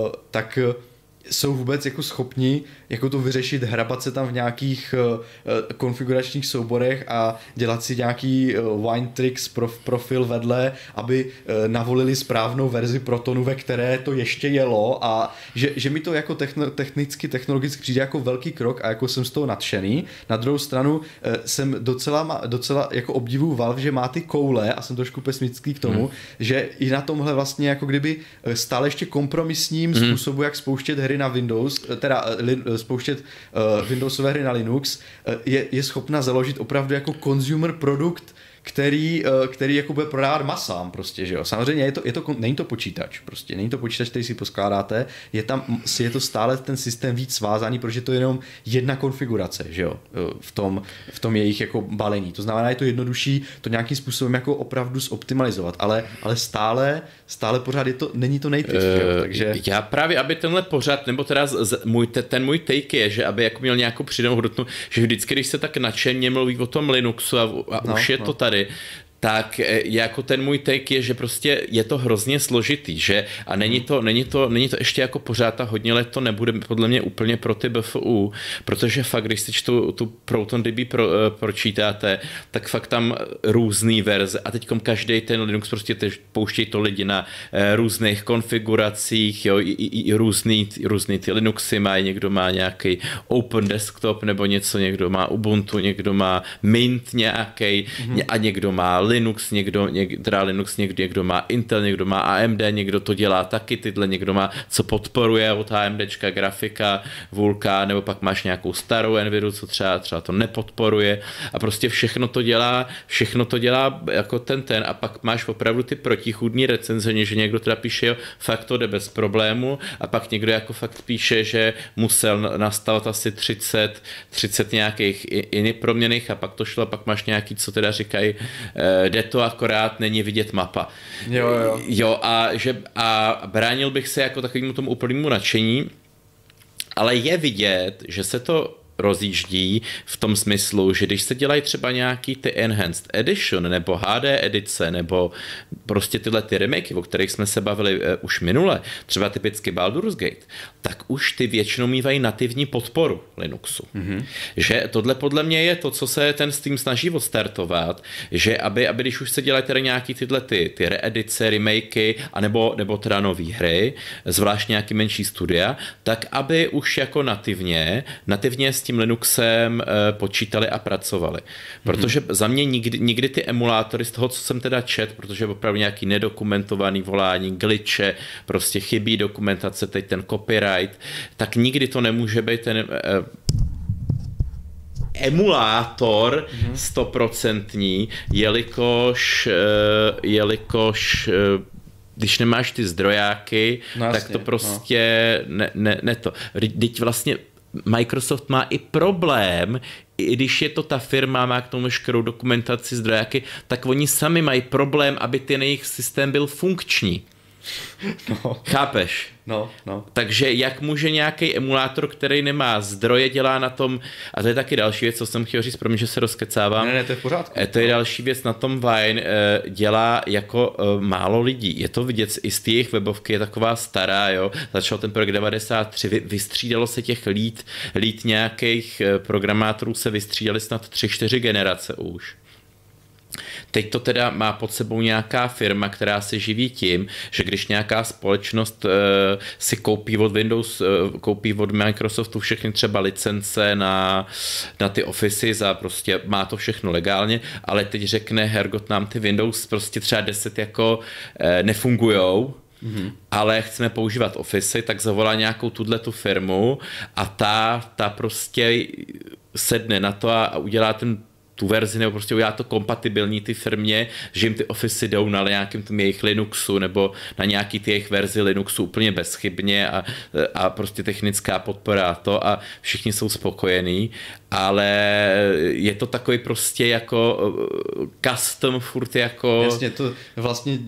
jsou vůbec jako schopni jako to vyřešit, hrabat se tam v nějakých konfiguračních souborech a dělat si nějaký wine tricks profil vedle, aby navolili správnou verzi Protonu, ve které to ještě jelo, a že mi to jako technologicky přijde jako velký krok a jako jsem z toho nadšený. Na druhou stranu jsem docela jako obdivuju Valve, že má ty koule, a jsem trošku pesimistický k tomu, že i na tomhle vlastně jako kdyby stále ještě kompromisním způsobu, jak spouštět hry na Windows, teda spouštět Windowsové hry na Linux, je schopna založit opravdu jako consumer produkt, který jako bude prodávat masám prostě, že jo. Samozřejmě není to počítač, prostě není to počítač, který si poskládáte, je to stále ten systém víc svázaný, protože to je jenom jedna konfigurace, že jo, v tom jejich jako balení. To znamená, je to jednodušší to nějakým způsobem jako opravdu zoptimalizovat, ale stále pořád není to native, jo, takže... Já právě, aby tenhle pořád, nebo teda ten můj take je, že aby jako měl nějakou přidanou hodnotu, že vždycky, když se tak nadšeně mluví o tom Linuxu a už je to tady, tak jako ten můj take je, že prostě je to hrozně složitý, že a není to ještě jako pořád a hodně let to nebude podle mě úplně pro ty BFU, protože fakt, když si tu ProtonDB pročítáte, tak fakt tam různý verze a teďkom každý ten Linux prostě pouštějí to lidi na různých konfiguracích, jo, i různý ty Linuxy mají, někdo má nějaký Open Desktop nebo něco, někdo má Ubuntu, někdo má Mint nějaký a někdo má Linux, někdo má Intel, někdo má AMD, někdo to dělá taky, někdo má, co podporuje od AMDčka grafika, Vulkan, nebo pak máš nějakou starou Nvidia, co třeba to nepodporuje, a prostě všechno to dělá jako ten a pak máš opravdu ty protichůdní recenze, že někdo teda píše, jo, fakt to jde bez problému, a pak někdo jako fakt píše, že musel nastavit asi 30 nějakých jiných proměnných, a pak to šlo, a pak máš nějaký, co teda říkají, jde to, akorát není vidět mapa. Jo, a bránil bych se jako takovému tomu úplnému nadšení, ale je vidět, že se to rozjíždí v tom smyslu, že když se dělají třeba nějaký ty Enhanced Edition nebo HD edice nebo prostě tyhle ty remakey, o kterých jsme se bavili už minule, třeba typicky Baldur's Gate, tak už ty většinou mývají nativní podporu Linuxu. Že tohle podle mě je to, co se ten Steam snaží odstartovat, že aby když už se dělají teda nějaký tyhle ty reedice, remakey, nebo teda nový hry, zvlášť nějaký menší studia, tak aby už jako nativně s tím Linuxem počítali a pracovali. Protože za mě nikdy ty emulátory, z toho, co jsem teda čet, protože je opravdu nějaký nedokumentovaný volání, glitche, prostě chybí dokumentace, teď ten copyright, tak nikdy to nemůže být ten emulátor 100%, jelikož když nemáš ty zdrojáky, tak to prostě ne to. Teď vlastně Microsoft má i problém, i když je to ta firma, má k tomu veškerou dokumentaci, zdrojáky, tak oni sami mají problém, aby ten jejich systém byl funkční. Chápeš? No. Takže jak může nějaký emulátor, který nemá zdroje, dělá na tom, a to je taky další věc, co jsem chtěl říct, promiň, že se rozkecávám. Ne, to je v pořádku. To je další věc, na tom Wine dělá jako málo lidí. Je to vidět, i z té jejich webovky je taková stará, jo. Začal ten projekt 93, vystřídalo se těch lead nějakých programátorů, se vystřídali snad 3-4 generace už. Teď to teda má pod sebou nějaká firma, která se živí tím, že když nějaká společnost si koupí od Windows, koupí od Microsoftu všechny třeba licence na ty Office a prostě má to všechno legálně, ale teď řekne, hergot, nám ty Windows prostě třeba 10 jako nefungujou, ale chceme používat Office, tak zavolá nějakou tu firmu a ta prostě sedne na to a udělá tu verzi, nebo prostě udělá to kompatibilní ty firmě, že jim ty Office jdou na nějakým tom jejich Linuxu nebo na nějaký ty jejich verzi Linuxu úplně bezchybně a prostě technická podpora a to a všichni jsou spokojení, ale je to takový prostě jako custom furt jako... Jasně, to vlastně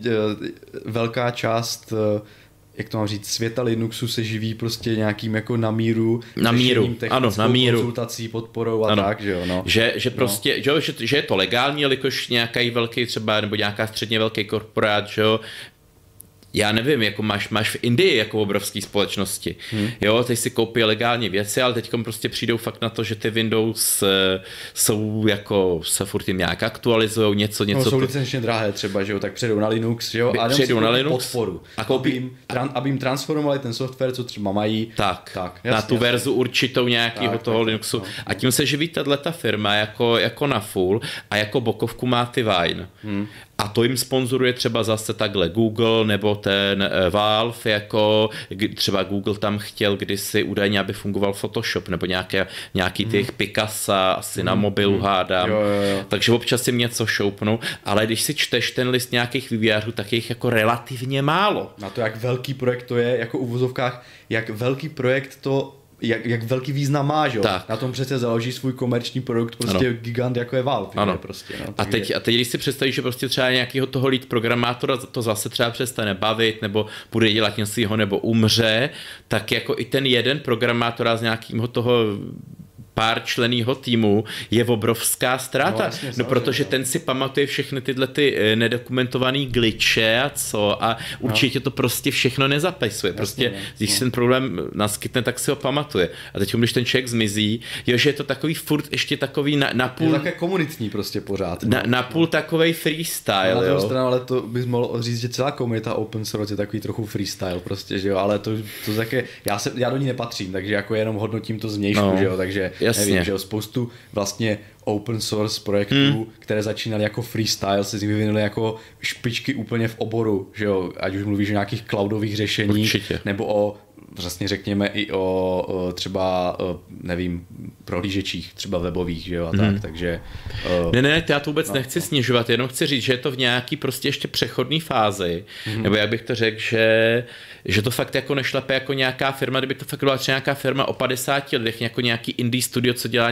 velká část jak to mám říct, světa Linuxu se živí prostě nějakým jako na míru, ano, na míru, konzultací, podporou a tak, že jo, no. Že prostě, no. že je to legální, jelikož nějaký velký třeba, nebo nějaká středně velký korporát, že jo, já nevím, jako máš v Indii jako obrovský společnosti. Jo, teď si koupí legální věci, ale teď prostě přijdou fakt na to, že ty Windows jsou jako se furt jim nějak aktualizujou, něco. No, jsou licenčně drahé třeba, že jo, tak přejdou na Linux, že jo, a přejdou na Linux podporu. Aby jim transformovali ten software, co třeba mají. Tak jasně, na tu verzu určitou nějakého toho Linuxu. No. A tím se živí tato firma jako na full a jako bokovku má ty Wine. A to jim sponzoruje třeba zase takhle Google nebo ten Valve, jako třeba Google tam chtěl kdysi údajně, aby fungoval Photoshop nebo nějaký těch Picasso asi na mobilu hádám. Jo. Takže občas jim něco šoupnou, ale když si čteš ten list nějakých vývojářů, tak je jich jako relativně málo. Na to, jak velký projekt to je, jako v uvozovkách, jak velký projekt to jak velký význam má, že jo? Na tom přece založí svůj komerční produkt, prostě gigant jako je Valve. Ano. Prostě, no, a teď, když si představíš, že prostě třeba nějakého toho lead programátora to zase třeba přestane bavit, nebo bude dělat něco jiného, nebo umře, tak jako i ten jeden programátor z nějakého toho pár členného týmu je obrovská ztráta, protože ten si pamatuje všechny tyhle ty nedokumentované glitche a co a určitě to prostě všechno nezapisuje. Prostě když ten problém naskytne, tak si ho pamatuje. A teď, když ten člověk zmizí, že je to takový furt ještě takový napůl... Je také komunitní prostě pořád. Napůl takovej freestyle, na druhou stranu, ale to bys mohl říct, že celá komunita open source je takový trochu freestyle prostě, že jo, ale to také, já do ní nepatřím, takže jako jenom hodnotím to zvnějšku, že jo, takže nevím, že jo, spoustu vlastně open source projektů, které začínaly jako freestyle, se z nich vyvinuly jako špičky úplně v oboru, že jo, ať už mluvíš o nějakých cloudových řešeních, nebo o vlastně řekněme i o třeba, nevím, prohlížečích, třeba webových, že jo, a tak, takže... Ne, já to vůbec nechci snižovat, jenom chci říct, že je to v nějaký prostě ještě přechodné fázi, nebo jak bych to řekl, že to fakt jako nešlape jako nějaká firma, kdyby to fakt byla třeba nějaká firma o 50 lidech, jako nějaký indie studio, co dělá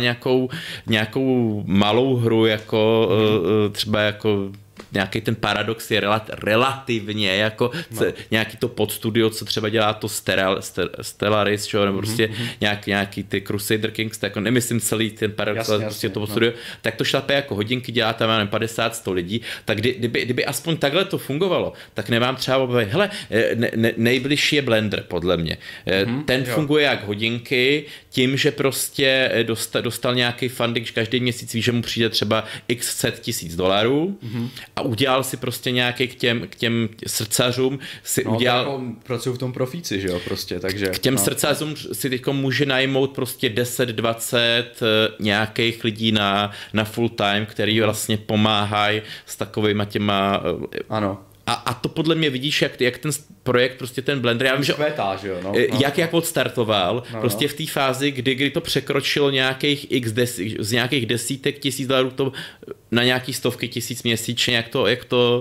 nějakou malou hru, jako třeba jako nějaký ten Paradox je relativně jako nějaký to podstudio, co třeba dělá to Stellaris, nebo prostě nějaký ty Crusader Kings, tak jako nemyslím celý ten Paradox, ale prostě to podstudio, tak to šlape jako hodinky, dělá tam 50-100 lidí, tak kdyby aspoň takhle to fungovalo, tak nemám třeba obavy, hele, nejbližší je Blender, podle mě. Ten funguje jak hodinky, tím, že prostě dostal nějaký funding, že každý měsíc ví, že mu přijde třeba x set $1000 a udělal si prostě nějaký k těm srdcařům si udělal... Jako pracují v tom profíci, že jo, prostě, takže... K těm srdcařům si teď může najmout prostě 10-20 nějakých lidí na full time, který vlastně pomáhají s takovýma těma... Ano. A to podle mě vidíš, jak ten projekt, prostě ten Blender, já vím, že kvétá, že jo, jak odstartoval, prostě v té fázi, kdy to překročilo nějakých z nějakých desítek $1000 to na nějaký stovky tisíc měsíčně, jak to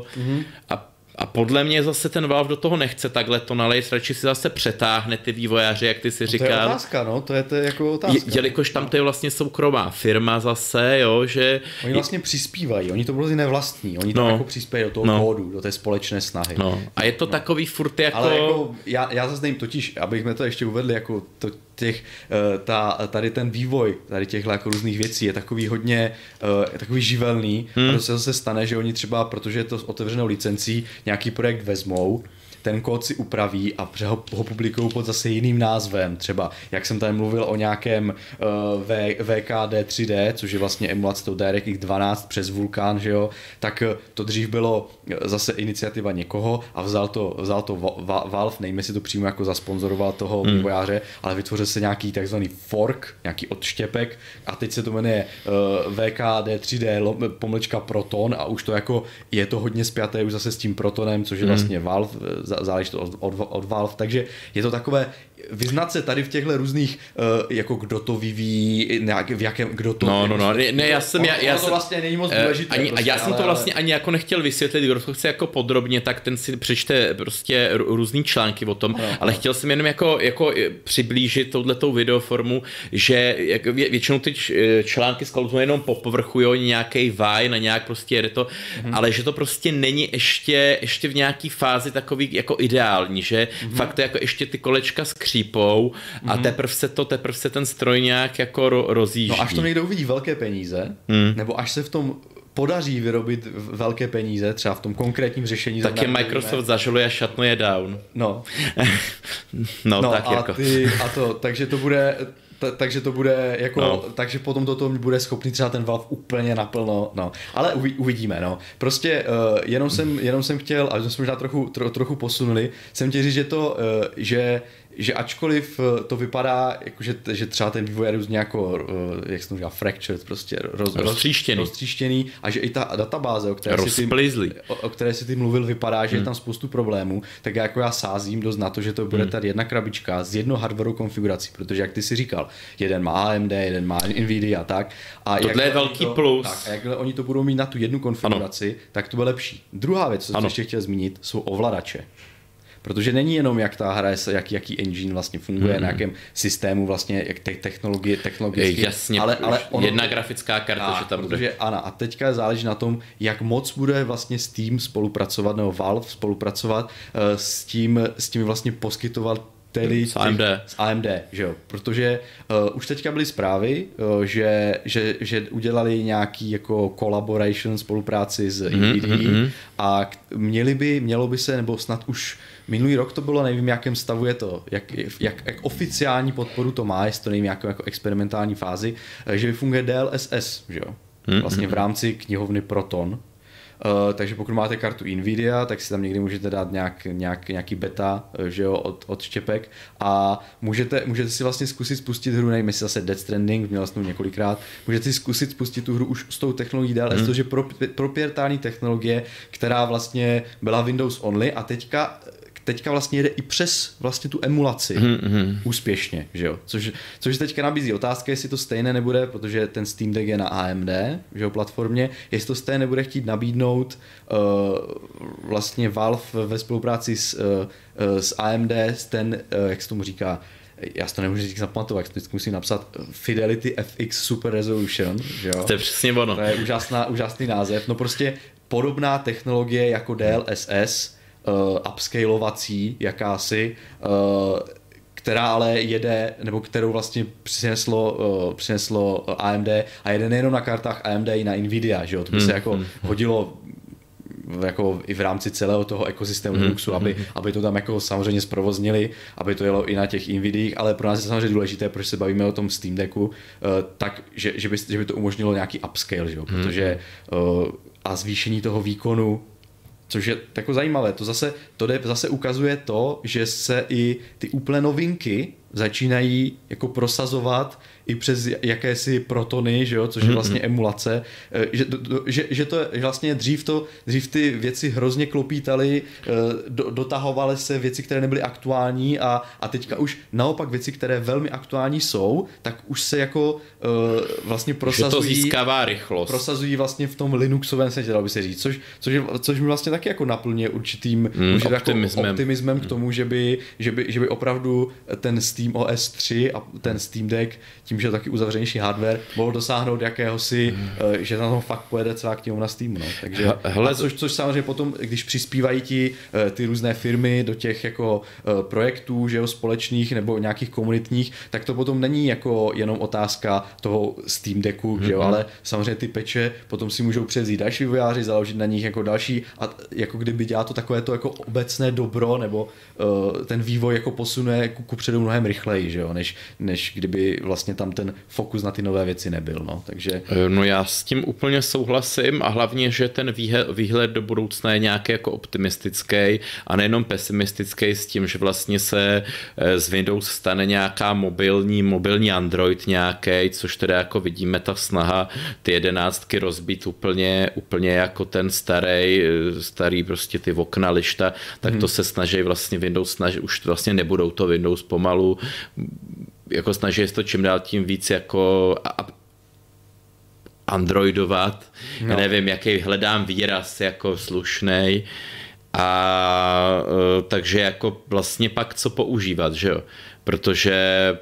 a podle mě zase ten Valve do toho nechce takhle to nalejt, radši si zase přetáhne ty vývojáři, jak ty si říkal. To je otázka, no, to je jako otázka. Jelikož tam to je vlastně soukromá firma zase, jo, že... Oni vlastně přispívají, oni to vlastně nevlastní, oni tam jako přispějí do toho kódu, do té společné snahy. No. A je to takový furt jako... Ale jako, já zase nejím totiž, abychom to ještě uvedli, jako tady ten vývoj tady těchto jako různých věcí je takový hodně takový živelný a to se zase stane, že oni třeba, protože je to s otevřenou licencí, nějaký projekt vezmou, ten kód si upraví a ho publikují pod zase jiným názvem. Třeba, jak jsem tady mluvil o nějakém VKD 3D, což je vlastně emulace toho DirectX 12 přes Vulkan, že jo, tak to dřív bylo zase iniciativa někoho a vzal to Valve, nevím, jestli to přímo jako zasponzoroval toho vývojáře, ale vytvořil se nějaký takzvaný fork, nějaký odštěpek a teď se to jmenuje VKD 3D Proton a už to jako je to hodně spjaté už zase s tím Protonem, což je vlastně Valve, záleží to od Valve, takže je to takové vyznat se tady v těchto různých, jako kdo to vyvíjí, v jakém, kdo to... Já to vlastně není moc důležité. Já jsem to vlastně ani jako nechtěl vysvětlit, kdo to chce jako podrobně, tak ten si přečte prostě různý články o tom, ale chtěl jsem jenom jako přiblížit touhletou videoformu, že většinou ty články sklouzují jenom po povrchu, jo, nějaký vaj na nějak prostě jede to, ale že to prostě není ještě v nějaký fázi takový jako ideální, že fakt to jako ještě ty kolečka skřípou a teprve se ten stroj nějak jako rozjíždí. No až to někdo uvidí velké peníze, nebo až se v tom podaří vyrobit velké peníze, třeba v tom konkrétním řešení. Tak je Microsoft zažaluje a šatnuje down. No. Tak jako. Takže to bude jako, takže potom toto bude schopný třeba ten Valve úplně naplno, ale uvidíme, Prostě jenom jsem chtěl, aby jsme se možná trochu posunuli, jsem chtěl říct, že to, že ačkoliv to vypadá, jako že třeba ten vývoj je různě jako, jak se to říká, fractured, prostě roztříštěný a že i ta databáze, o které si ty mluvil, vypadá, že je tam spoustu problémů, tak já sázím dost na to, že to bude tady jedna krabička s jednou hardwareovou konfigurací, protože jak ty si říkal, jeden má AMD, jeden má Nvidia a tak. A tohle je velký plus. Tak, a jakhle oni to budou mít na tu jednu konfiguraci, tak to bude lepší. Druhá věc, co jsem ještě chtěl zmínit, jsou ovladače. Protože není jenom jak ta hra, jaký engine vlastně funguje, na jakém systému vlastně, jak technologicky. Jasně, ale jedna grafická karta, že tam bude. Protože a teďka záleží na tom, jak moc bude vlastně Steam spolupracovat, nebo Valve spolupracovat s tím vlastně poskytovat s AMD, že jo, protože už teďka byly zprávy, že udělali nějaký jako collaboration, spolupráci s NVIDIA a mělo by se, nebo snad už minulý rok to bylo, nevím, jakém stavu je to, jak oficiální podporu to má, jestli to nevím, jako experimentální fázi, že funguje DLSS, že jo, vlastně v rámci knihovny Proton. Takže pokud máte kartu Nvidia, tak si tam někdy můžete dát nějaký beta, že jo, od štěpek a můžete si vlastně zkusit spustit hru, nevím, jestli zase Death Stranding, měl jsem několikrát, můžete si zkusit spustit tu hru už s tou technologií DLSS, což je proprietární technologie, která vlastně byla Windows only a teďka vlastně jede i přes vlastně tu emulaci úspěšně, že jo? Což teďka nabízí otázka, jestli to stejné nebude, protože ten Steam Deck je na AMD, že jo, platformě, jestli to stejné nebude chtít nabídnout vlastně Valve ve spolupráci s AMD, jak se tomu říká, já si to nemůžu říct zapamatovat, vždycky musím napsat Fidelity FX Super Resolution, že jo? To je přesně ono. To je úžasný název, no prostě podobná technologie jako DLSS, upscalovací jakási, která ale jede, nebo kterou vlastně přineslo AMD a jede nejenom na kartách AMD i na Nvidia, že jo? To by se jako hodilo jako i v rámci celého toho ekosystému Linuxu, aby to tam jako samozřejmě zprovoznili, aby to jelo i na těch Nvidiích, ale pro nás je samozřejmě důležité, protože se bavíme o tom Steam Decku, tak, že by to umožnilo nějaký upscale, že jo? Protože a zvýšení toho výkonu, což je jako zajímavé, to zase ukazuje to, že se i ty úplné novinky začínají jako prosazovat i přes jakési protony, že jo, což je vlastně emulace, že to vlastně dřív ty věci hrozně klopítaly, dotahovaly se věci, které nebyly aktuální a teďka už naopak věci, které velmi aktuální jsou, tak už se jako vlastně prosazují. Že to získává rychlost. Prosazují vlastně v tom Linuxovém světě, dalo by se říct, což mi vlastně taky jako naplňuje určitým optimismem k tomu, že by opravdu ten Steam OS 3 a ten Steam Deck, tím, že je taky uzavřenější hardware, mohl dosáhnout jakéhosi, že na tom fakt pojede celá knihovna na Steamu. No. Takže, což samozřejmě potom, když přispívají ty různé firmy do těch jako projektů, že jo, společných nebo nějakých komunitních, tak to potom není jako jenom otázka toho Steam Decku, že jo, ale samozřejmě ty peče potom si můžou převzít další vývojáři, založit na nich jako další a jako kdyby dělá to takové to jako obecné dobro nebo ten vývoj jako posune kupředu mnohem rychleji, že jo, než kdyby vlastně tam ten fokus na ty nové věci nebyl, no, takže... No já s tím úplně souhlasím a hlavně, že ten výhled do budoucna je nějaký jako optimistický a nejenom pesimistický s tím, že vlastně se z Windows stane nějaká mobilní Android nějaký, což teda jako vidíme ta snaha ty 11 rozbít úplně jako ten starý prostě ty okna lišta, tak to se snaží vlastně Windows už vlastně nebudou to Windows pomalu, jako snaží se to čím dál tím víc jako androidovat, já nevím, jaký hledám výraz jako slušnej a takže jako vlastně pak co používat, že jo, protože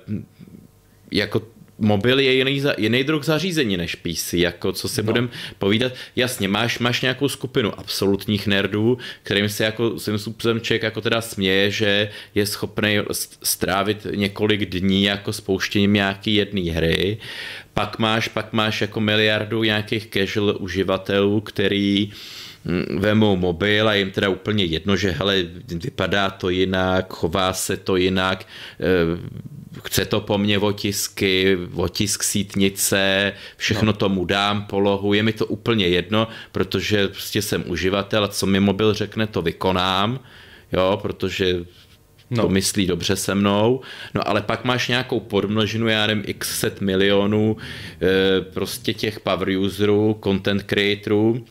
jako mobil je jiný druh zařízení než PC, jako co si budeme povídat. Jasně, máš nějakou skupinu absolutních nerdů, kterým se jako svým způsobem člověk jako teda směje, že je schopný strávit několik dní jako spouštěním nějaký jedné hry. Pak máš jako miliardu nějakých casual uživatelů, který vemou mobil a jim teda úplně jedno, že hele, vypadá to jinak, chová se to jinak, chce to po mně otisk sítnice, všechno tomu dám, polohu, je mi to úplně jedno, protože prostě jsem uživatel a co mi mobil řekne, to vykonám, jo, protože to myslí dobře se mnou, no ale pak máš nějakou podmnožinu, já nevím, x set milionů prostě těch power userů, content creatorů,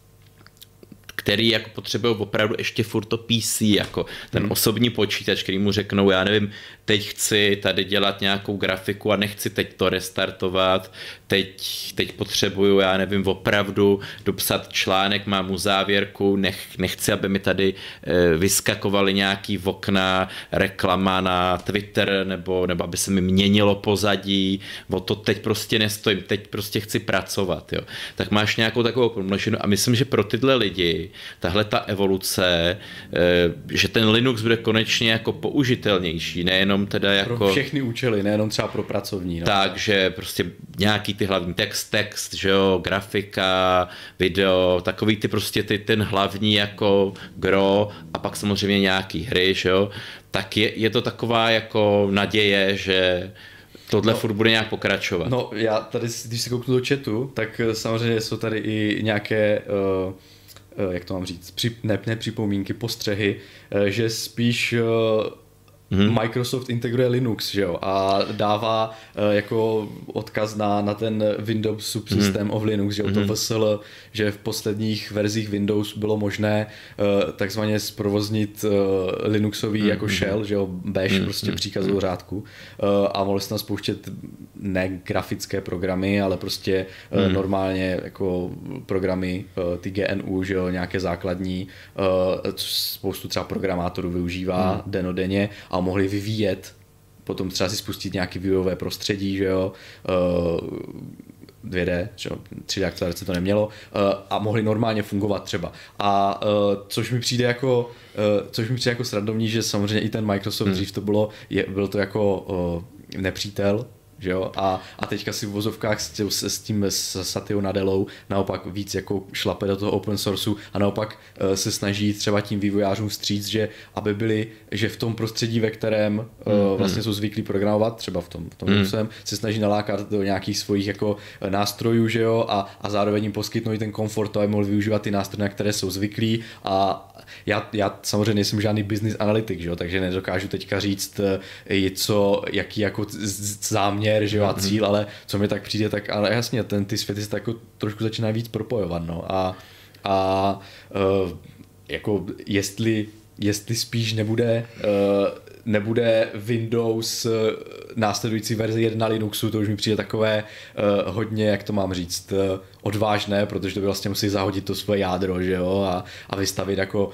který jako potřebují opravdu ještě furt to PC, jako ten osobní počítač, který mu řeknou, já nevím, teď chci tady dělat nějakou grafiku a nechci teď to restartovat, teď potřebuju, já nevím, opravdu dopsat článek, mám uzávěrku, nechci, aby mi tady vyskakovaly nějaký okna, reklama na Twitter, nebo aby se mi měnilo pozadí, o to teď prostě nestojím, teď prostě chci pracovat, jo. Tak máš nějakou takovou pomnožinu a myslím, že pro tyhle lidi tahle ta evoluce, že ten Linux bude konečně jako použitelnější, nejenom teda jako... Pro všechny účely, nejenom třeba pro pracovní. No. Takže prostě nějaký ty hlavní text, že jo, grafika, video, takový ty prostě ten hlavní jako gro a pak samozřejmě nějaký hry, že jo, tak je to taková jako naděje, že tohle furt bude nějak pokračovat. No já tady, když se kouknu do chatu, tak samozřejmě jsou tady i nějaké... jak to mám říct, ne připomínky, postřehy, že spíš Microsoft integruje Linux, že jo, a dává jako odkaz na ten Windows subsystem of Linux, že jo, to VSL, že v posledních verzích Windows bylo možné takzvaně zprovoznit Linuxový jako shell, že jo, bash, prostě příkazovou řádku a mohli se tam spouštět ne grafické programy, ale prostě normálně jako programy, ty GNU, že jo, nějaké základní, spoustu třeba programátorů využívá denodenně a mohli vyvíjet, potom třeba si spustit nějaký vývojové prostředí, že jo, 2D, že jo, 3D akcelerace to nemělo a mohli normálně fungovat třeba. A což mi přijde jako srandovní, že samozřejmě i ten Microsoft dřív to byl to jako nepřítel, že jo? A teďka si v vozovkách s tím Satyou Nadellou naopak víc jako šlape do toho open sourceu a naopak se snaží třeba tím vývojářům vstříct, že aby byli, že v tom prostředí, ve kterém vlastně jsou zvyklí programovat, třeba v tom Linuxem, se snaží nalákat do nějakých svojich jako nástrojů, že jo? A zároveň jim poskytnout ten komfort, to aby mohli využívat ty nástroje, na které jsou zvyklí a já samozřejmě nejsem žádný business analytik, že jo? Takže nedokážu teďka říct, jaký jako záměr, že jo, a cíl, ale co mi tak přijde, tak ale jasně, ty světy se tak jako trošku začínají víc propojovat, no a jako jestli spíš nebude Windows následující verze 1 Linuxu, to už mi přijde takové hodně, jak to mám říct, odvážné, protože to by vlastně musí zahodit to svoje jádro, že jo, a vystavit jako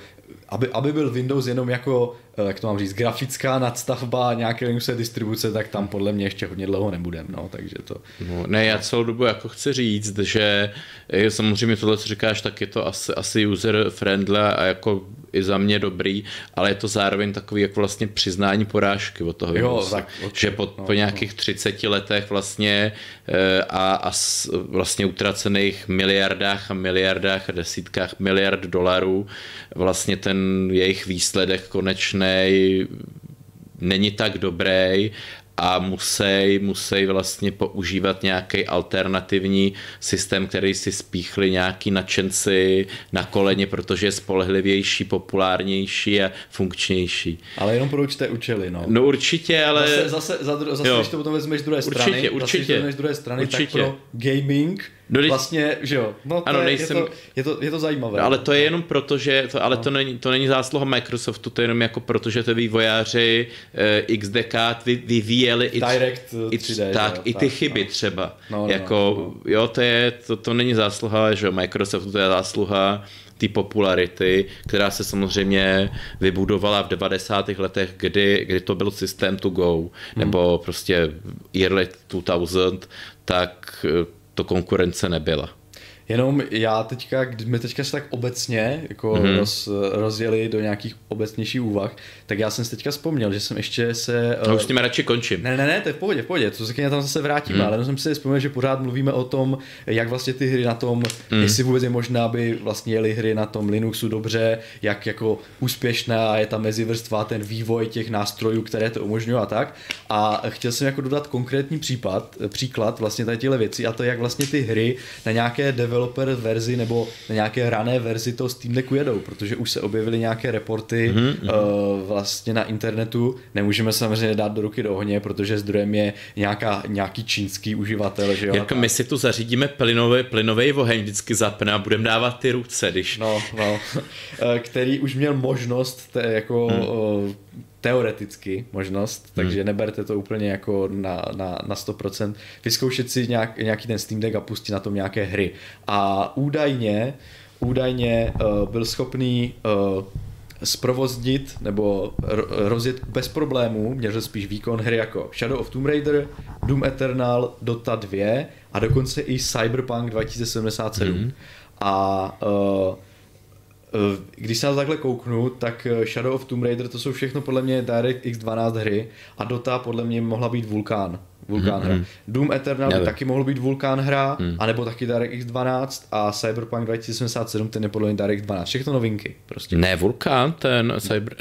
aby byl Windows jenom jako, jak to mám říct, grafická nadstavba nějaké Linuxové distribuce, tak tam podle mě ještě hodně dlouho nebudem, no, takže to... No, ne, já celou dobu jako chci říct, že samozřejmě tohle, co říkáš, tak je to asi user-friendly a jako i za mě dobrý, ale je to zároveň takový jako vlastně přiznání porážky od toho Windowsu, že po nějakých 30 letech vlastně a vlastně utracených miliardách a desítkách miliard dolarů vlastně ten jejich výsledek konečnej není tak dobrý a musí vlastně používat nějaký alternativní systém, který si spíchli nějaký nadšenci na koleně, protože je spolehlivější, populárnější a funkčnější. Ale jenom pro určité účely, no. No určitě, ale... Zase když to potom vezmeš z druhé strany, určitě. tak pro gaming vlastně, že jo, no to ano, je to zajímavé. Ale to je jenom proto, že, to není zásluha Microsoftu, to je jenom jako proto, že ty vývojáři x dekád vyvíjeli i ty chyby třeba. Jo, to není zásluha, že Microsoftu, to je zásluha té popularity, která se samozřejmě vybudovala v 90. letech, kdy to byl systém to go, nebo prostě yearly 2000, tak to konkurence nebyla. Jenom my teďka se tak obecně jako rozjeli do nějakých obecnějších úvah, tak já jsem si teďka vzpomněl, že jsem ještě se... No už s tím radši končím. Ne, to je v pohodě, to se k tam zase vrátíme, ale jsem si vzpomněl, že pořád mluvíme o tom, jak vlastně ty hry na tom, jestli vůbec je možná, aby vlastně jeli hry na tom Linuxu dobře, jak jako úspěšná je ta mezivrstva, ten vývoj těch nástrojů, které to umožňují a tak. A chtěl jsem jako dodat konkrétní příklad vlastně tady těchto věcí, a to jak vlastně ty hry na nějaké developer verzi nebo na nějaké rané verzi toho Steam Decku jedou, protože už se objevily nějaké reporty vlastně na internetu. Nemůžeme samozřejmě dát do ruky do ohně, protože zdrojem je nějaký čínský uživatel. Že jo? Jako my si tu zařídíme plynový oheň, vždycky zapne a budeme dávat ty ruce, když... No. Který už měl možnost teoreticky možnost, takže neberte to úplně jako na 100%, vyzkoušet si nějaký ten Steam Deck a pustit na tom nějaké hry. A údajně byl schopný zprovoznit nebo rozjet bez problémů, měl spíš výkon hry jako Shadow of Tomb Raider, Doom Eternal, Dota 2 a dokonce i Cyberpunk 2077. A když se na to takhle kouknu, tak Shadow of Tomb Raider to jsou všechno podle mě DirectX 12 hry a Dota podle mě mohla být Vulkan hra. Doom Eternal by taky mohl být Vulkan hra, anebo taky DirectX 12 a Cyberpunk 2077 ten je podle mě DirectX 12. Všechno novinky prostě. Ne, Vulkan, ten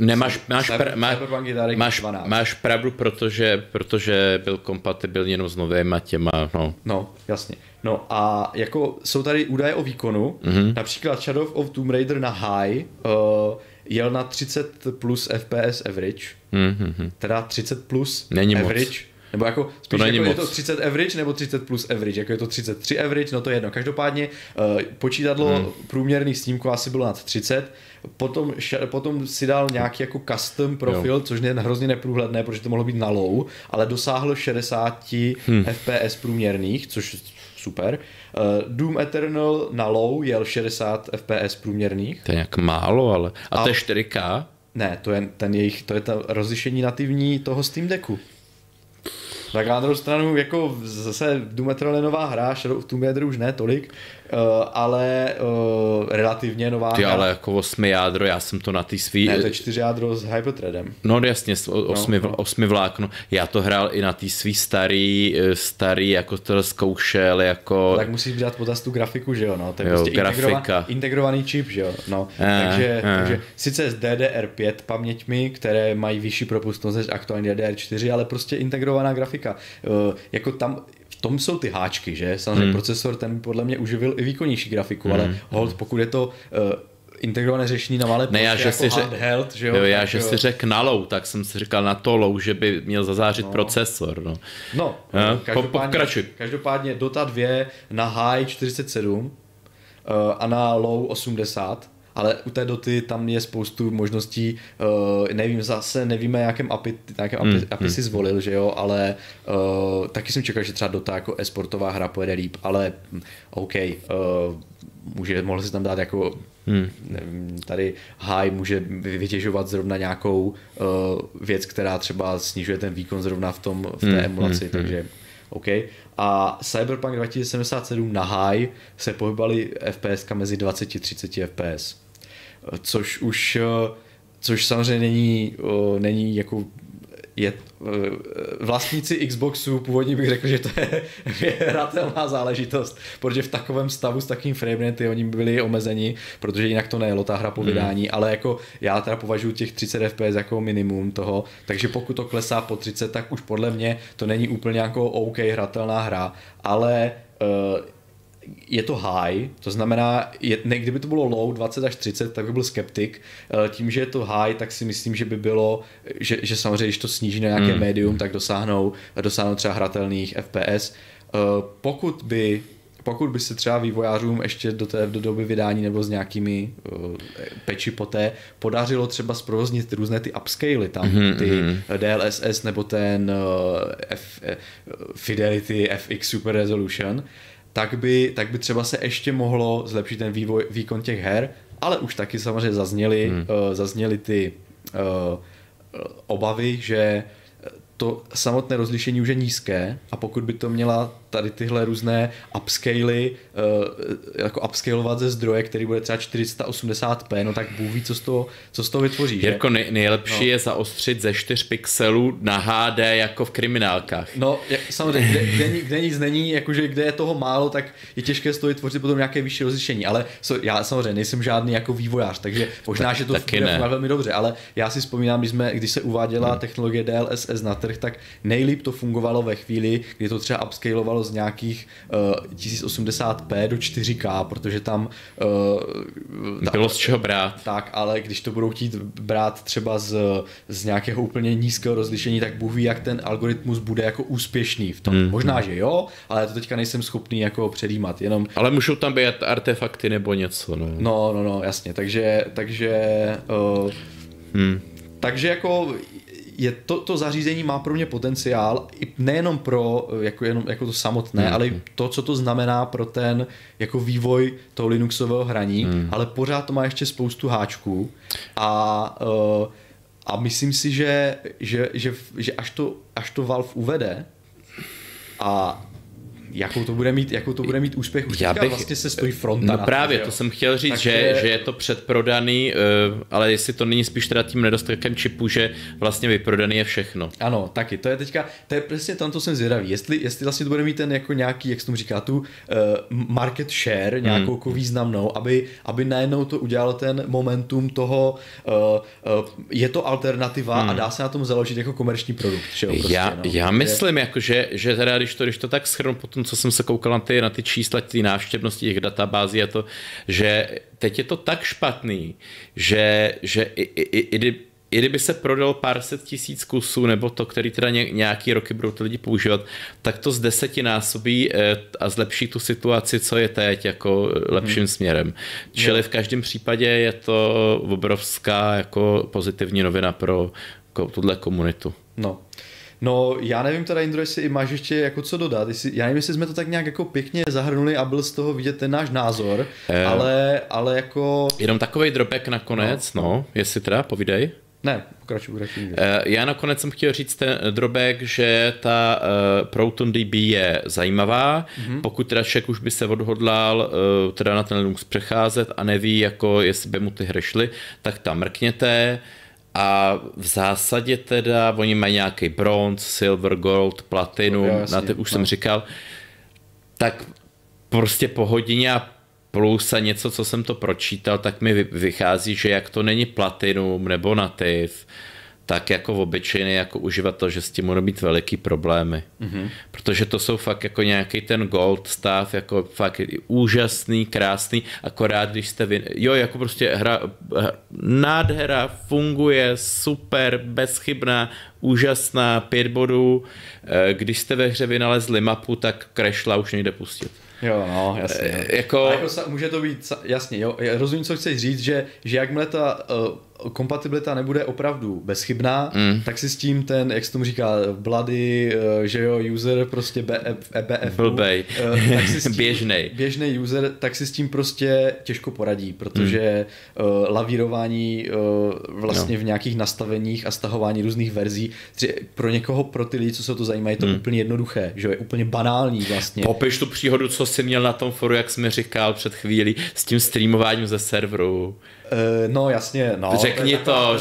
máš pravdu, protože byl kompatibilní jenom s novýma těma, No, jasně. No a jako jsou tady údaje o výkonu, například Shadow of Tomb Raider na high jel na 30 plus FPS average, teda 30 plus není average, moc. Nebo jako spíš jako je to 30 average nebo 30 plus average, jako je to 33 average, no to je jedno. Každopádně počítadlo průměrných snímků asi bylo nad 30, potom si dal nějaký jako custom profil, což je hrozně neprůhledné, protože to mohlo být na low, ale dosáhlo 60 FPS průměrných, což super. Doom Eternal na low jel 60 FPS průměrných. To je nějak málo, ale... A to je 4K? Ne, to je ta rozlišení nativní toho Steam Decku. Tak na druhou stranu, jako zase Doom Eternal je nová hra, Shadow of Tomb Raider už ne tolik, ale relativně nová hra. Ale jako 8 jádro, já jsem to na té svý... Ne, to je 4 jádro s Hyperthreadem. No jasně, 8 vlákno. Já to hrál i na té svý starý, jako to zkoušel, jako... Tak musíš dát potaz tu grafiku, že jo, no. To je prostě integrovaný čip, že jo, no. Takže sice s DDR5 paměťmi, které mají vyšší propustnost než aktuální DDR4, ale prostě integrovaná grafika. Jako tam... V tom jsou ty háčky, že? Samozřejmě procesor ten podle mě uživil i výkonnější grafiku, ale hold, pokud je to integrované řešení na malé ploše jako handheld, že jo? Já že si řekl na low, tak jsem si říkal na to low, že by měl zazářit procesor, no. No, každopádně Dota 2 na high 47 a na low 80, ale u té Doty tam je spoustu možností, nevíme, jakém API si zvolil, že jo, ale taky jsem čekal, že třeba Dota jako e-sportová hra pojede líp, ale OK, mohl si tam dát jako Tady High může vytěžovat zrovna nějakou věc, která třeba snižuje ten výkon zrovna v té emulaci, takže OK. A Cyberpunk 2077 na High se pohybaly FPS mezi 20-30 FPS. Což samozřejmě není jako vlastníci Xboxu, původně bych řekl, že to je hratelná záležitost, protože v takovém stavu s takovým framerate oni byli omezeni, protože jinak to nejelo ta hra po vydání, ale jako já teda považuji těch 30 FPS jako minimum toho, takže pokud to klesá po 30, tak už podle mě to není úplně jako OK hratelná hra, ale je to high, to znamená, kdyby to bylo low 20 až 30, tak by byl skeptik. Tím, že je to high, tak si myslím, že by bylo, že samozřejmě, když to sníží na nějaké medium, tak dosáhnou třeba hratelných FPS. Pokud by se třeba vývojářům ještě do doby vydání nebo s nějakými patchy poté podařilo třeba zprovoznit různé ty upscaly tam, ty DLSS nebo ten Fidelity FX Super Resolution, tak by třeba se ještě mohlo zlepšit ten výkon těch her, ale už taky samozřejmě zazněly ty obavy, že to samotné rozlišení už je nízké a pokud by to měla tady tyhle různé upscaly, jako upscalovat ze zdroje, který bude třeba 480p, no tak Bůh ví, co z toho vytvoří. Jirko, nejlepší je zaostřit ze 4 pixelů na HD jako v kriminálkách. No, samozřejmě, kde nic není, jakože kde je toho málo, tak je těžké z toho vytvořit potom nějaké vyšší rozlišení, ale já samozřejmě nejsem žádný jako vývojář, takže možná, že to bude velmi dobře, ale já si vzpomínám, když se uváděla technologie DLSS na trh, tak nejlíp to fungovalo ve chvíli, kdy to třeba upscalovalo z nějakých 1080p do 4K, protože tam bylo z čeho brát. Tak, ale když to budou chtít brát třeba z nějakého úplně nízkého rozlišení, tak Bůh ví, jak ten algoritmus bude jako úspěšný v tom. Možná, že jo, ale to teďka nejsem schopný jako předjímat. Ale můžou tam být artefakty nebo něco. No, jasně, takže jako to zařízení má pro mě potenciál nejenom pro jako to samotné, ale i to, co to znamená pro ten jako vývoj toho Linuxového hraní, ale pořád to má ještě spoustu háčků a myslím si, že až to Valve uvede a jakou to bude mít úspěch, už teďka vlastně se stojí fronta. No právě, to jsem chtěl říct, že je to předprodaný, ale jestli to není spíš teda tím nedostatkem čipu, že vlastně vyprodaný je všechno. Ano, taky, to je přesně tam, to jsem zvědavý, jestli vlastně to bude mít ten jako nějaký, jak se tomu říká, tu market share, nějakou jako významnou, aby najednou to udělalo ten momentum toho, je to alternativa a dá se na tom založit jako komerční produkt. Já myslím, jako, že teda, když to tak shrnu potom, co jsem se koukal na ty čísla, ty návštěvnosti těch databází, je to, že teď je to tak špatný, že i kdyby se prodalo pár set tisíc kusů, nebo to, který teda nějaký roky budou ty lidi používat, tak to z 10násobí a zlepší tu situaci, co je teď, jako lepším směrem. Čili v každém případě je to obrovská jako pozitivní novina pro tuhle komunitu. No, já nevím teda, Indro, jestli máš ještě jako co dodat. Já nevím, jestli jsme to tak nějak jako pěkně zahrnuli a byl z toho vidět ten náš názor, ale jako... Jenom takovej dropback nakonec, jestli teda, povídej. Ne, pokračuj. Já nakonec jsem chtěl říct ten dropback, že ta ProtonDB je zajímavá, pokud teda člověk už by se odhodlal teda na ten Linux přecházet a neví, jako jestli by mu ty hry šly, tak tam mrkněte. A v zásadě teda oni mají nějaký bronze, silver, gold, platinum, jsem říkal, tak prostě po hodině a plus a něco, co jsem to pročítal, tak mi vychází, že jak to není platinum nebo nativ, tak jako obyčejný jako uživatel, že s tím můžou být veliký problémy. Protože to jsou fakt jako nějaký ten gold stav, jako fakt úžasný, krásný, akorát když jste jako prostě hra nádhera, funguje, super, bezchybná, úžasná, 5 bodů. Když jste ve hře vynalezli mapu, tak crashla už nejde pustit. Jo, no, jasně. Jako může to být, jasně, jo, rozumím, co chceš říct, že jakmile ta kompatibilita nebude opravdu bezchybná, tak si s tím ten, jak se tomu říká, bloody, že jo, user prostě BF, blbej, tak si s tím, běžnej user, tak si s tím prostě těžko poradí, protože lavírování vlastně v nějakých nastaveních a stahování různých verzí, pro někoho, pro ty lidi, co se o to zajímají, je to úplně jednoduché, že jo, je úplně banální vlastně. Popiš tu příhodu, co jsi měl na tom foru, jak jsi mi říkal před chvílí, s tím streamováním ze serveru. No jasně, no. Řekni to.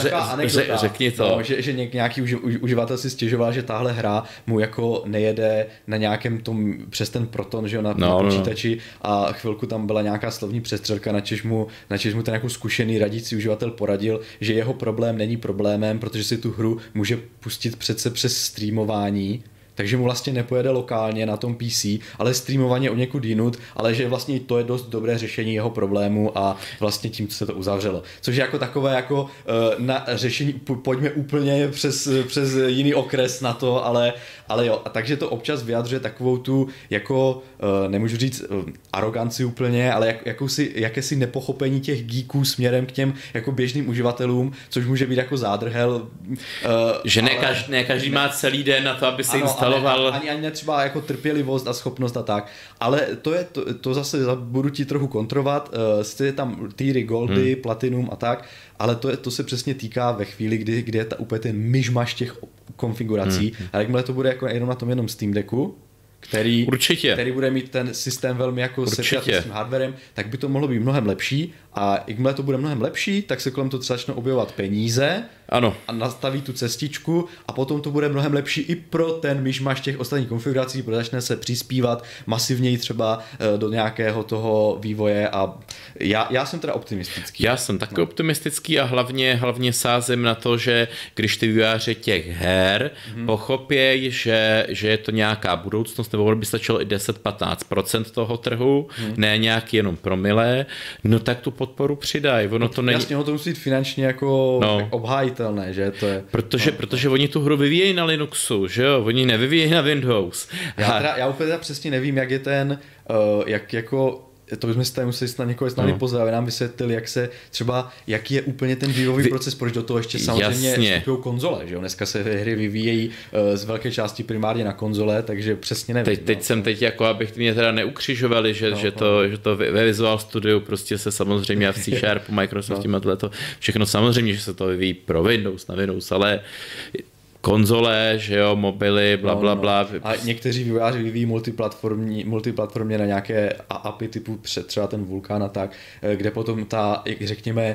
No, že nějaký uživatel si stěžoval, že tahle hra mu jako nejede na nějakém tom, přes ten Proton, že jo, na počítači a chvilku tam byla nějaká slovní přestřelka, načež mu ten jako zkušený radící uživatel poradil, že jeho problém není problémem, protože si tu hru může pustit přece přes streamování, takže mu vlastně nepojede lokálně na tom PC, ale streamovaně od někud jinut, ale že vlastně to je dost dobré řešení jeho problému a vlastně tím se to uzavřelo. Což je jako takové jako na řešení, pojďme úplně přes jiný okres na to, ale jo, a takže to občas vyjadřuje takovou tu jako, nemůžu říct aroganci úplně, ale jakési nepochopení těch geeků směrem k těm jako běžným uživatelům, což může být jako zádrhel. Že ne každý má celý den na to, aby se instaloval. Ani netřeba jako trpělivost a schopnost a tak. Ale to zase budu ti trochu kontrovat. Je tam týry, goldy, platinum a tak, ale to se přesně týká ve chvíli, kdy je úplně ten myšmaš těch konfigurací. A jakmile to bude jako jenom na tom jednom Steam Decku, který bude mít ten systém velmi jako sepjatý s tím hardwarem, tak by to mohlo být mnohem lepší a jakmile to bude mnohem lepší, tak se kolem toho třeba začnou objevovat peníze. Ano. A nastaví tu cestičku a potom to bude mnohem lepší i pro ten myšmaš těch ostatních konfigurací, protože začne se přispívat masivněji třeba do nějakého toho vývoje a já jsem teda optimistický. Já jsem taky optimistický a hlavně sázím na to, že když ty vývojáři těch her pochopějí, že je to nějaká budoucnost, nebo by stačilo i 10-15% toho trhu, ne nějaký jenom promile, no tak tu podporu přidají. Jasně, ono to musí být finančně jako obhájitelné, že to je. Protože oni tu hru vyvíjejí na Linuxu, že jo? Oni nevyvíjejí na Windows. Já úplně přesně nevím, jak je ten, jak jako to bychom si tady museli snad někoho znali pozor, aby nám vysvětlil, jaký je úplně ten vývojový proces, proč do toho ještě samozřejmě vstupují konzole, že jo? Dneska se hry vyvíjejí z velké části primárně na konzole, takže přesně nevím. Teď jako, abych mě teda neukřižovali, že to ve Visual Studiu prostě se samozřejmě a v C Sharpu, Microsoftu a tohleto, všechno samozřejmě, že se to vyvíjí pro Windows, na Windows, ale konzole, že jo, mobily, bla. A někteří vývojáři vyvíjí multiplatformně na nějaké API typu třeba ten Vulkan a tak, kde potom řekněme,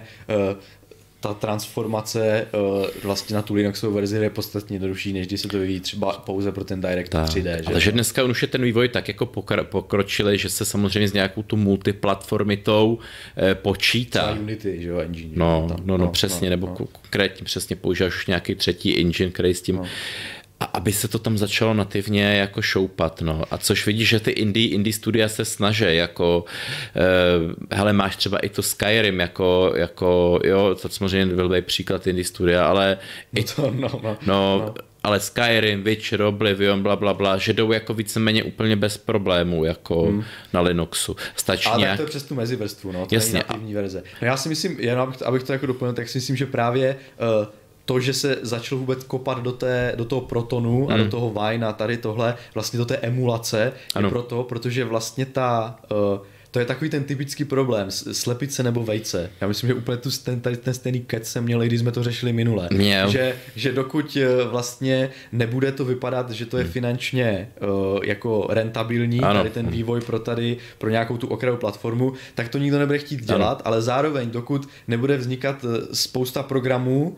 ta transformace vlastně na tu Linuxovou verzi je podstatně jednodušší, než když se to vyvíjí třeba pouze pro ten Direct 3D. Že? Ale že dneska už je ten vývoj tak jako pokročilý, že se samozřejmě s nějakou tu multiplatformitou počítá. Třeba Unity, že jo, engine. No, přesně, nebo konkrétně přesně používáš už nějaký třetí engine, který s tím... A aby se to tam začalo nativně jako šoupat, no. A což vidíš, že ty indie studia se snaží, jako hele, máš třeba i to Skyrim, jako jo, to samozřejmě byl příklad indie studia, ale ale Skyrim, Witcher, Oblivion, bla, že jdou jako víceméně úplně bez problémů, jako na Linuxu. Stačí ale tak to je přes tu mezivrstvu, no, to je nativní verze. No já si myslím, jenom abych to jako doplnil, tak si myslím, že právě to, že se začal vůbec kopat do toho Protonu a do toho Wine a tady tohle, vlastně do té emulace, je proto, protože vlastně to je takový ten typický problém, slepice nebo vejce. Já myslím, že úplně ten stejný kec jsem měl, když jsme to řešili minule. Že dokud vlastně nebude to vypadat, že to je finančně jako rentabilní, tady ten vývoj pro nějakou tu okrajovou platformu, tak to nikdo nebude chtít dělat, ale zároveň dokud nebude vznikat spousta programů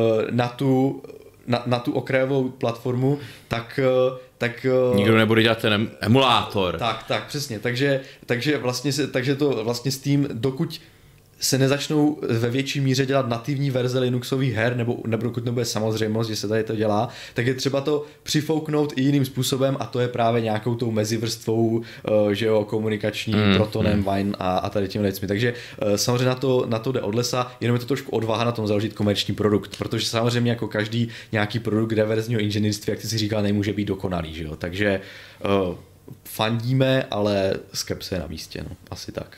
na tu okrajovou platformu, tak nikdo nebude dělat ten emulátor. Tak, přesně. Takže to vlastně s tím, dokud se nezačnou ve větší míře dělat nativní verze Linuxových her, nebo dokud nebude samozřejmost, že se tady to dělá, tak je třeba to přifouknout i jiným způsobem a to je právě nějakou tou mezivrstvou, že jo, komunikační, Protonem, Wine a tady těmi věcmi. Takže samozřejmě na to jde od lesa, jenom je to trošku odvaha na tom založit komerční produkt, protože samozřejmě jako každý nějaký produkt reverzního inženýrství, jak ty si říkal, nemůže být dokonalý, že jo. Takže fandíme, ale skepse je na místě, no, asi tak.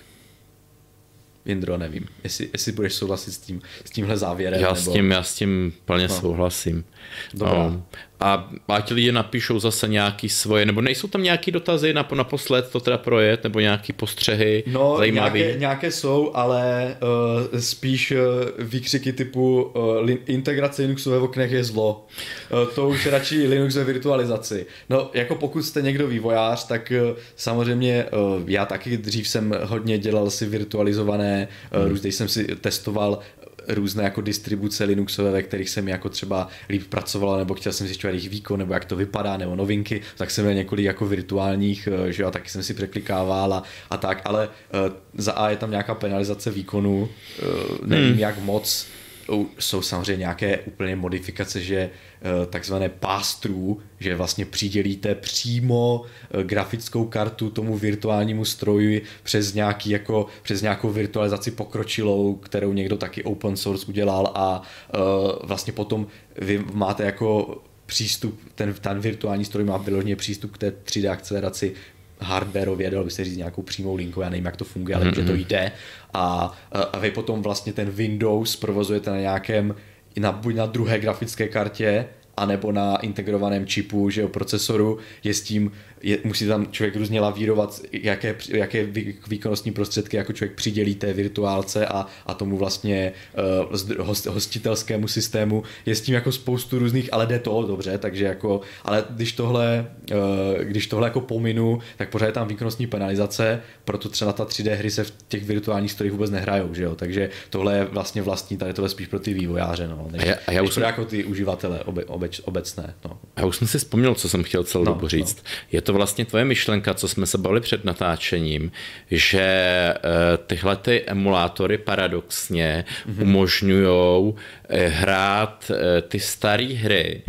Jindro, nevím, jestli budeš souhlasit s tímhle závěrem. Já s tím plně souhlasím. No. A ať lidi napíšou zase nějaký svoje, nebo nejsou tam nějaký dotazy naposled to teda projet, nebo nějaký postřehy zajímavý? Nějaké jsou, ale spíš výkřiky typu integrace Linuxu ve oknech je zlo. To už radši Linux ve virtualizaci. No, jako pokud jste někdo vývojář, tak samozřejmě já taky dřív jsem hodně dělal si virtualizované, různě jsem si testoval různé jako distribuce Linuxové, ve kterých jsem jako třeba líp pracoval, nebo chtěl jsem zjišťovat jejich výkon, nebo jak to vypadá, nebo novinky, tak jsem měl několik jako virtuálních, že jo, taky jsem si překlikával a tak, ale za A je tam nějaká penalizace výkonu, nevím jak moc, jsou samozřejmě nějaké úplně modifikace, že takzvané pass-through, že vlastně přidělíte přímo grafickou kartu tomu virtuálnímu stroji přes nějakou virtualizaci pokročilou, kterou někdo taky open source udělal a vlastně potom vy máte jako přístup, ten virtuální stroj má vyloženě přístup k té 3D akceleraci hardwareově, dalo by se říct nějakou přímou linku, já nevím, jak to funguje, ale že to jde a vy potom vlastně ten Windows provozujete na nějakém, buď na druhé grafické kartě, anebo na integrovaném čipu, že jo, procesoru, musí tam člověk různě lavírovat, jaké výkonnostní prostředky jako člověk přidělí té virtuálce a tomu vlastně hostitelskému systému. Je s tím jako spoustu různých, ale jde to dobře, takže jako, ale když tohle jako pominu, tak pořád je tam výkonnostní penalizace, proto třeba ta 3D hry se v těch virtuálních strojích vůbec nehrajou, že jo, takže tohle je vlastně vlastní, tady tohle spíš pro ty vývojáře, no, než pro jako ty uživatele obecné, no. Já už jsem si vzpomněl, co jsem chtěl celou dobu říct. No. Je to vlastně tvoje myšlenka, co jsme se bavili před natáčením, že tyhle ty emulátory paradoxně umožňujou hrát ty staré hry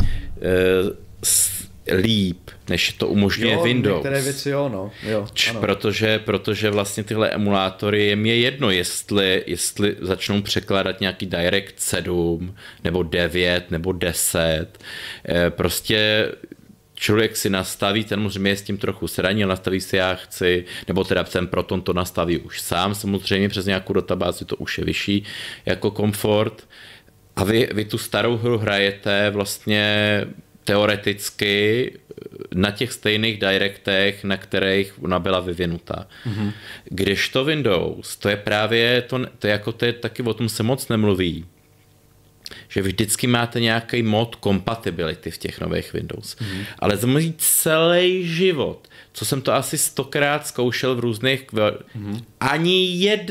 líp, než to umožňuje Windows. Některé věci jo. Protože vlastně tyhle emulátory je mě jedno, jestli začnou překládat nějaký Direct 7, nebo 9, nebo 10. Prostě člověk si nastaví, ten samozřejmě je s tím trochu sraní, nastaví si já chci, nebo teda ten Proton to nastaví už sám, samozřejmě přes nějakou databázi to už je vyšší jako komfort. A vy tu starou hru hrajete vlastně teoreticky na těch stejných directech, na kterých ona byla vyvinutá. Mm-hmm. Když to Windows, to je právě, to je taky o tom se moc nemluví, že vždycky máte nějaký mod compatibility v těch nových Windows. Mm-hmm. Ale za můj celý život, co jsem to asi 100krát zkoušel v různých... Ani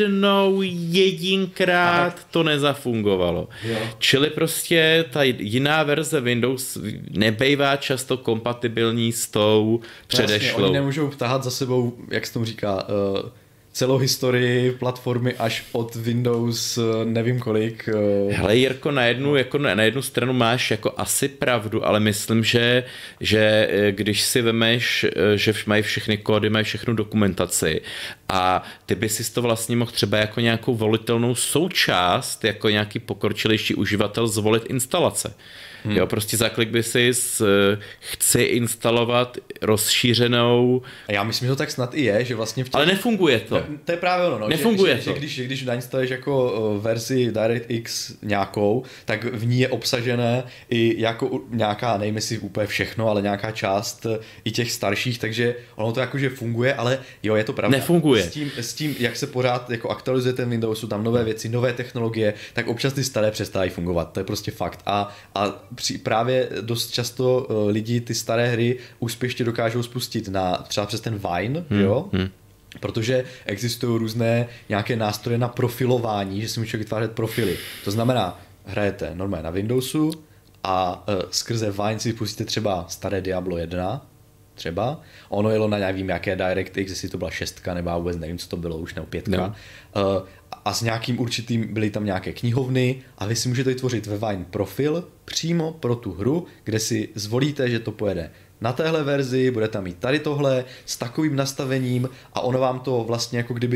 jedinkrát to nezafungovalo. Jo. Čili prostě ta jiná verze Windows nebejvá často kompatibilní s tou předešlou. Vlastně, oni nemůžou tahat za sebou, jak se tomu říká... celou historii platformy až od Windows nevím kolik. Hele Jirko, na jednu stranu máš jako asi pravdu, ale myslím, že když si vemeš, že mají všechny kódy, mají všechnu dokumentaci a ty by si to vlastně mohl třeba jako nějakou volitelnou součást, jako nějaký pokročilejší uživatel zvolit instalace. Jo, prostě zaklik by si chci instalovat rozšířenou... A já myslím, že to tak snad i je, že vlastně... Ale nefunguje to. To je právě ono, no. Nefunguje to. Když nainstaluješ jako verzi DirectX nějakou, tak v ní je obsažené i jako nějaká, nevím jestli úplně všechno, ale nějaká část i těch starších, takže ono to jakože funguje, ale jo, je to pravda. Nefunguje. S tím, jak se pořád jako aktualizuje ten Windows, jsou tam nové věci, nové technologie, tak občas ty staré přestávají fungovat, to je prostě fakt. A právě dost často lidi ty staré hry úspěšně dokážou spustit třeba přes ten Wine, jo? Protože existují různé nějaké nástroje na profilování, že si může vytvářet profily. To znamená, hrajete normálně na Windowsu a skrze Wine si pustíte třeba staré Diablo 1, třeba. Ono jelo na nevím jaké DirectX, jestli to byla 6 nebo já vůbec nevím, co to bylo už, nebo 5. No. A s nějakým určitým byly tam nějaké knihovny a vy si můžete vytvořit ve Wine profil přímo pro tu hru, kde si zvolíte, že to pojede na téhle verzi, bude tam mít tady tohle s takovým nastavením a ono vám to vlastně jako kdyby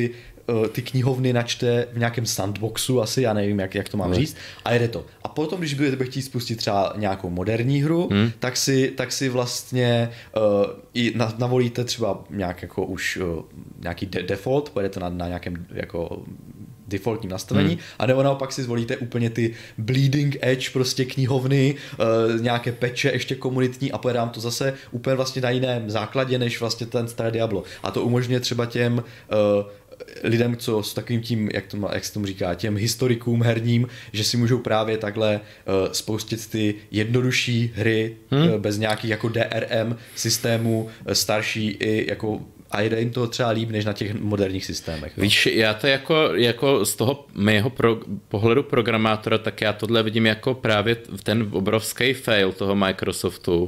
ty knihovny načte v nějakém sandboxu asi, já nevím, jak to mám říct, a jede to. A potom, když budete chtít spustit třeba nějakou moderní hru, tak si vlastně i navolíte třeba nějak jako už nějaký default, pojedete na nějakém jako defaultním nastavení, a nebo naopak si zvolíte úplně ty bleeding edge prostě knihovny, nějaké peče ještě komunitní a pojede vám to zase úplně vlastně na jiném základě, než vlastně ten starý Diablo. A to umožňuje třeba těm lidem, co s takovým tím, jak se tomu říká, těm historikům herním, že si můžou právě takhle spoustit ty jednodušší hry bez nějakých jako DRM systémů, starší i jako a jde jim to třeba líp než na těch moderních systémech. No. Víš, já to jako z toho mého pohledu programátora, tak já tohle vidím jako právě ten obrovský fail toho Microsoftu,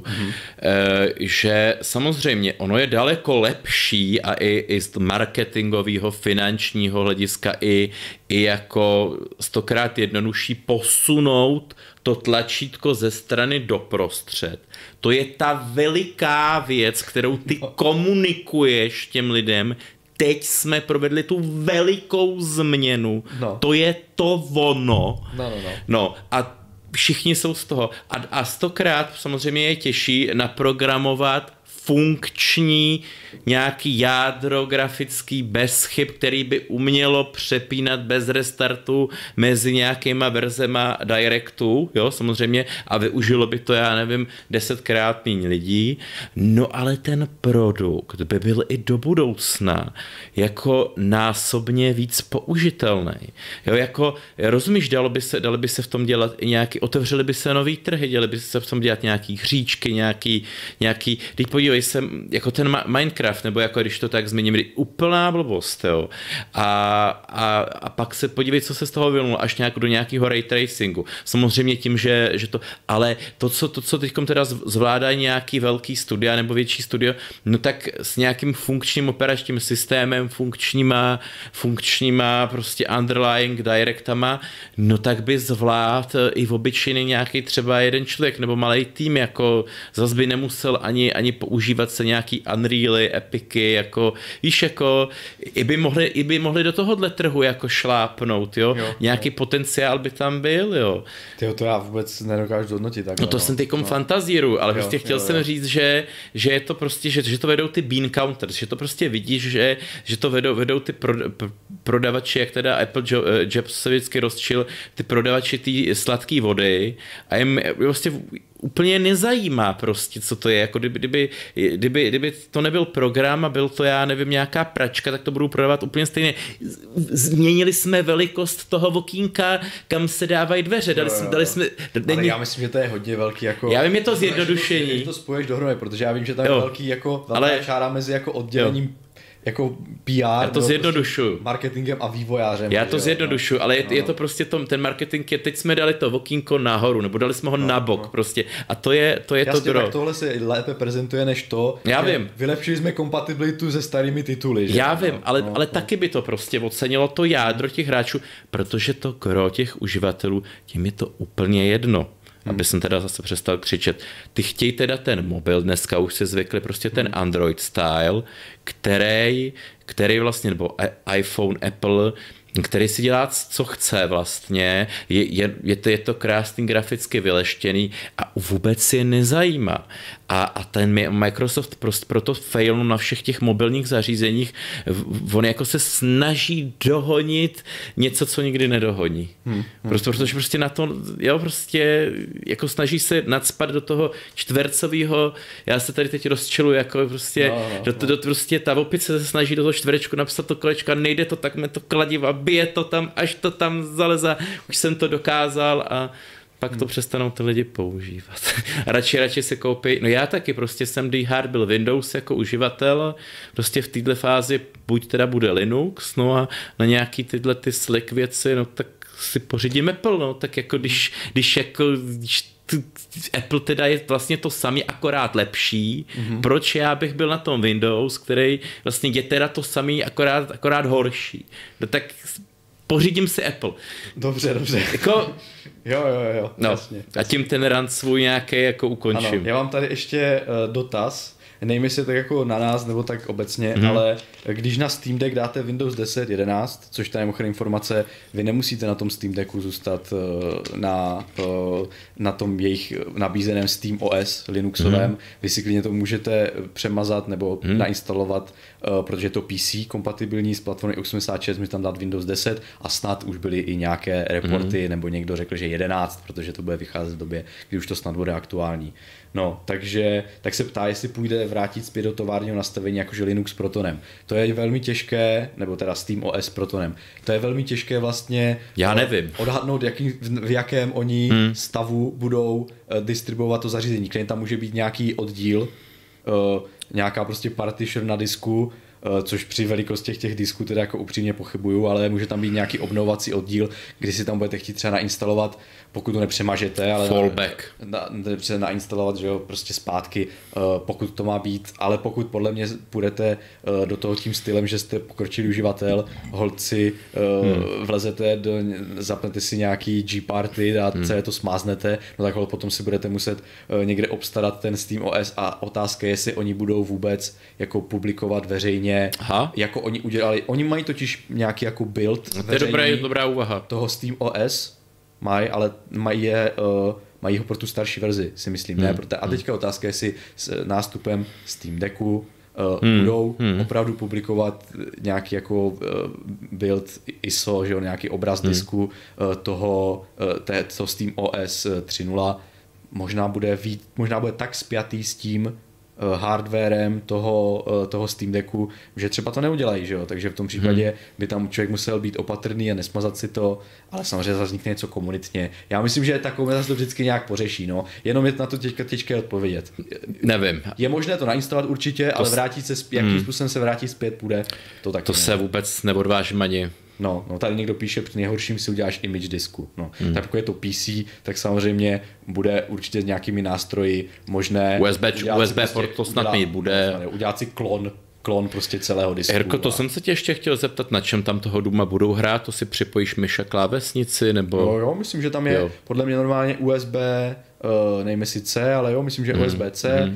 že samozřejmě ono je daleko lepší a i z marketingového, finančního hlediska i jako 100krát jednodušší posunout to tlačítko ze strany doprostřed. To je ta veliká věc, kterou ty komunikuješ těm lidem. Teď jsme provedli tu velikou změnu. No. To je to ono. No a všichni jsou z toho. A 100krát samozřejmě je těžší naprogramovat funkční nějaký jádro grafický bez chyb, který by umělo přepínat bez restartu mezi nějakýma verzema Directu, jo, samozřejmě, a využilo by to, já nevím, 10krát méně lidí, no ale ten produkt by byl i do budoucna jako násobně víc použitelný. Jo, jako, rozumíš, dalo by se v tom dělat i nějaký, otevřely by se nový trhy, dělali by se v tom dělat nějaký hříčky, nějaký, teď podívej se, jako ten Minecraft, nebo jako když to tak zmíním, úplná blbost, jo. A pak se podívej, co se z toho vyvinulo, až do nějakého ray tracingu. Samozřejmě tím, že to, ale to, co teďkom teda zvládají nějaký velký studia nebo větší studio, no tak s nějakým funkčním operačním systémem, funkčníma prostě underlying directama, no tak by zvlád i v obyčejný nějaký třeba jeden člověk nebo malý tým, jako zas by nemusel ani používat se nějaký Unreally, Epicy, jako víš, jako i by mohli do tohohle trhu jako šlápnout, jo? Nějaký potenciál by tam byl, jo. Tyjo, to já vůbec nedokážu hodnotit takhle. No to jsem teďkom fantazíru, ale prostě chtěl jsem říct, že je to prostě, že to vedou ty bean counters, že to prostě vidíš, že to vedou ty prodavači, jak teda Apple Jobs se vždycky rozčil, ty prodavači ty sladké vody a jim prostě úplně nezajímá prostě, co to je, jako kdyby to nebyl program a byl to, já nevím, nějaká pračka, tak to budou prodávat úplně stejně. Změnili jsme velikost toho okýnka, kam se dávají dveře, dali jsme ale já myslím, že to je hodně velký, jako já vím, je to zjednodušení. Když to spoješ dohromady, protože já vím, že tam je velký, jako velká čára mezi jako oddělením jako PR, já to zjednodušuju. Prostě marketingem a vývojářem. Já to zjednodušuju, ale je to prostě ten marketing je, teď jsme dali to okýnko nahoru, nebo dali jsme ho na bok prostě a to je jasně, to tak tohle se lépe prezentuje než to, já že vím. Vylepšili jsme kompatibilitu se starými tituly. Že? Já vím, ale taky by to prostě ocenilo to jádro těch hráčů, protože to gro těch uživatelů, tím je to úplně jedno. Aby jsem teda zase přestal křičet. Ty chtějí teda ten mobil, dneska už si zvykli prostě ten Android style, který vlastně, nebo iPhone, Apple, který si dělá, co chce vlastně, je to krásný graficky vyleštěný a vůbec je nezajímá. A ten Microsoft proto failnul na všech těch mobilních zařízeních, on jako se snaží dohonit něco, co nikdy nedohoní. Protože prostě na to, jo, prostě jako snaží se nacpat do toho čtvercového, já se tady teď rozčiluji, jako prostě, prostě ta opice se snaží do toho čtverečku napsat to kolečko a nejde to, tak mě to kladiva, bije to tam, až to tam zalezá, už jsem to dokázal a pak to přestanou ty lidi používat. radši se koupí, no já taky prostě jsem diehard byl Windows jako uživatel, prostě v této fázi buď teda bude Linux, no a na nějaký tyhle ty slick věci, no tak si pořídím Apple, no tak jako když Apple teda je vlastně to samý, akorát lepší, proč já bych byl na tom Windows, který vlastně je teda to samý, akorát horší. No tak pořídím si Apple. Dobře. Jako, jo, no, jasně. A tím ten rant svůj nějaký jako ukončím. Ano, já mám tady ještě dotaz nevím, jestli je tak jako na nás nebo tak obecně, ale když na Steam Deck dáte Windows 10, 11, což ta je mimochodem informace, vy nemusíte na tom Steam Decku zůstat na tom jejich nabízeném Steam OS Linuxovém, vy si klidně to můžete přemazat nebo nainstalovat, protože je to PC kompatibilní s platformou 86, můžete tam dát Windows 10 a snad už byly i nějaké reporty, nebo někdo řekl, že 11, protože to bude vycházet v době, kdy už to snad bude aktuální. No, tak se ptá, jestli půjde vrátit zpět do továrního nastavení jakože Linux Protonem. To je velmi těžké, nebo teda Steam OS Protonem. To je velmi těžké vlastně odhadnout, v jakém oni stavu budou distribuovat to zařízení. Klidně tam může být nějaký oddíl, nějaká prostě partition na disku, což při velikosti těch disků teda jako upřímně pochybuju, ale může tam být nějaký obnovovací oddíl, kdy si tam budete chtít třeba nainstalovat, pokud to nepřemažete, ale fallback. Nainstalovat, že jo, prostě zpátky, pokud to má být, ale pokud podle mě půjdete do toho tím stylem, že jste pokročilý uživatel, holci, vlezete zapnete si nějaký G-party a celé to smáznete, no tak potom si budete muset někde obstarat ten Steam OS a otázka je, jestli oni budou vůbec jako publikovat veřejně, jako oni udělali. Oni mají totiž nějaký jako build veřejný, dobrá úvaha. Toho Steam OS, ale mají ho pro tu starší verzi, si myslím. Ne? A teďka otázka, jestli s nástupem Steam Decku budou opravdu publikovat nějaký jako build ISO, že jo, nějaký obraz disku toho Steam OS 3.0. Možná bude tak spjatý s tím hardwarem toho Steam Decku, že třeba to neudělají, že jo? Takže v tom případě by tam člověk musel být opatrný a nesmazat si to, ale samozřejmě vznikne něco komunitně. Já myslím, že ta komunita to vždycky nějak pořeší, no. Jenom je na to těžké odpovědět. Nevím. Je možné to nainstalovat určitě, ale vrátit se jakým způsobem se vrátit zpět půjde, to taky. To se vůbec neodvážím ani. No, tady někdo píše, při nejhorším si uděláš image disku. No. Tak pokud je to PC, tak samozřejmě bude určitě s nějakými nástroji možné USB port to snad mít bude. Udělat si klon prostě celého disku. Herko, to jsem se tě ještě chtěl zeptat, na čem tam toho Duma budou hrát, to si připojíš myš a klávesnici, nebo... Jo, myslím, že tam je podle mě normálně USB, nejme si C, ale jo, myslím, že USB-C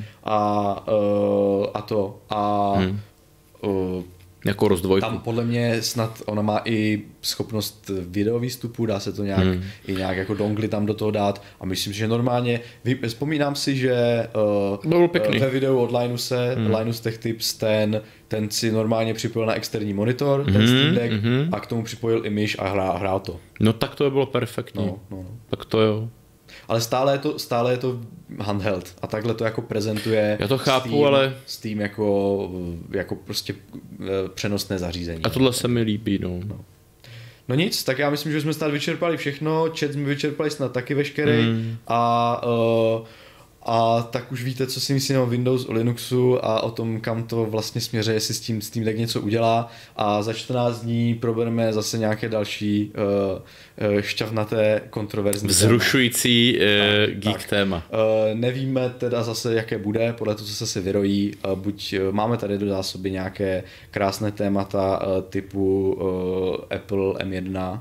jako rozdvojku. Tam podle mě snad ona má i schopnost videovýstupu, dá se to nějak jako dongly tam do toho dát a myslím, že normálně, vzpomínám si, že ve videu od Linus Tech Tips ten si normálně připojil na externí monitor, ten Steam Deck a k tomu připojil i myš a hrál to. No tak to by bylo perfektní. No. Tak to jo. Ale stále je to handheld a takhle to jako prezentuje. Já to chápu, ale Steam jako prostě přenosné zařízení. A tohle se mi líbí, no. No nic, tak já myslím, že jsme snad vyčerpali všechno, chat jsme vyčerpali snad taky veškerý a tak už víte, co si myslím o Windows, o Linuxu a o tom, kam to vlastně směřuje, jestli s tím Steam Deck něco udělá a za 14 dní probereme zase nějaké další šťavnaté, kontroverzní vzrušující geek téma. Nevíme teda zase, jaké bude, podle toho, co se vyrojí, buď máme tady do zásoby nějaké krásné témata typu Apple M1,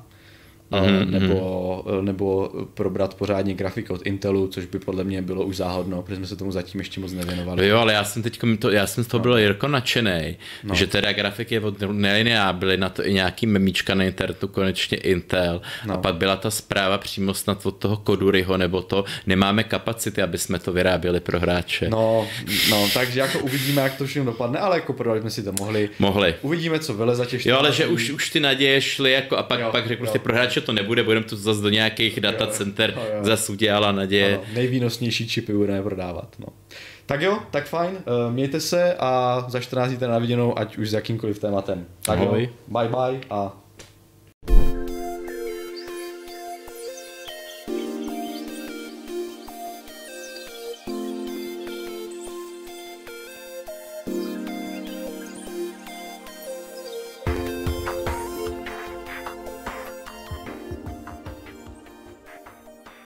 nebo probrat pořádně grafik od Intelu, což by podle mě bylo už záhodno, protože jsme se tomu zatím ještě moc nevěnovali. Jo, ale já jsem z toho byl Jirko nadšenej, že teda grafiky od Nelinia byly na to i nějaký memíčka na internetu, konečně Intel, a pak byla ta zpráva přímo snad od toho Koduryho, nebo to nemáme kapacity, aby jsme to vyráběli pro hráče. No, takže jako uvidíme, jak to všechno dopadne, ale jako prodat jsme si to mohli. Uvidíme, co vyleze těch 14 Jo, ale že už ty naděje šly jako a pak řekl prostě pro hráče to nebude, budeme to zase do nějakých datacenter zase udělala naděje. Ano, nejvýnosnější čipy budeme prodávat. No. Tak jo, tak fajn, mějte se a za 14 dní na viděnou, ať už s jakýmkoliv tématem. Tak jo, bye a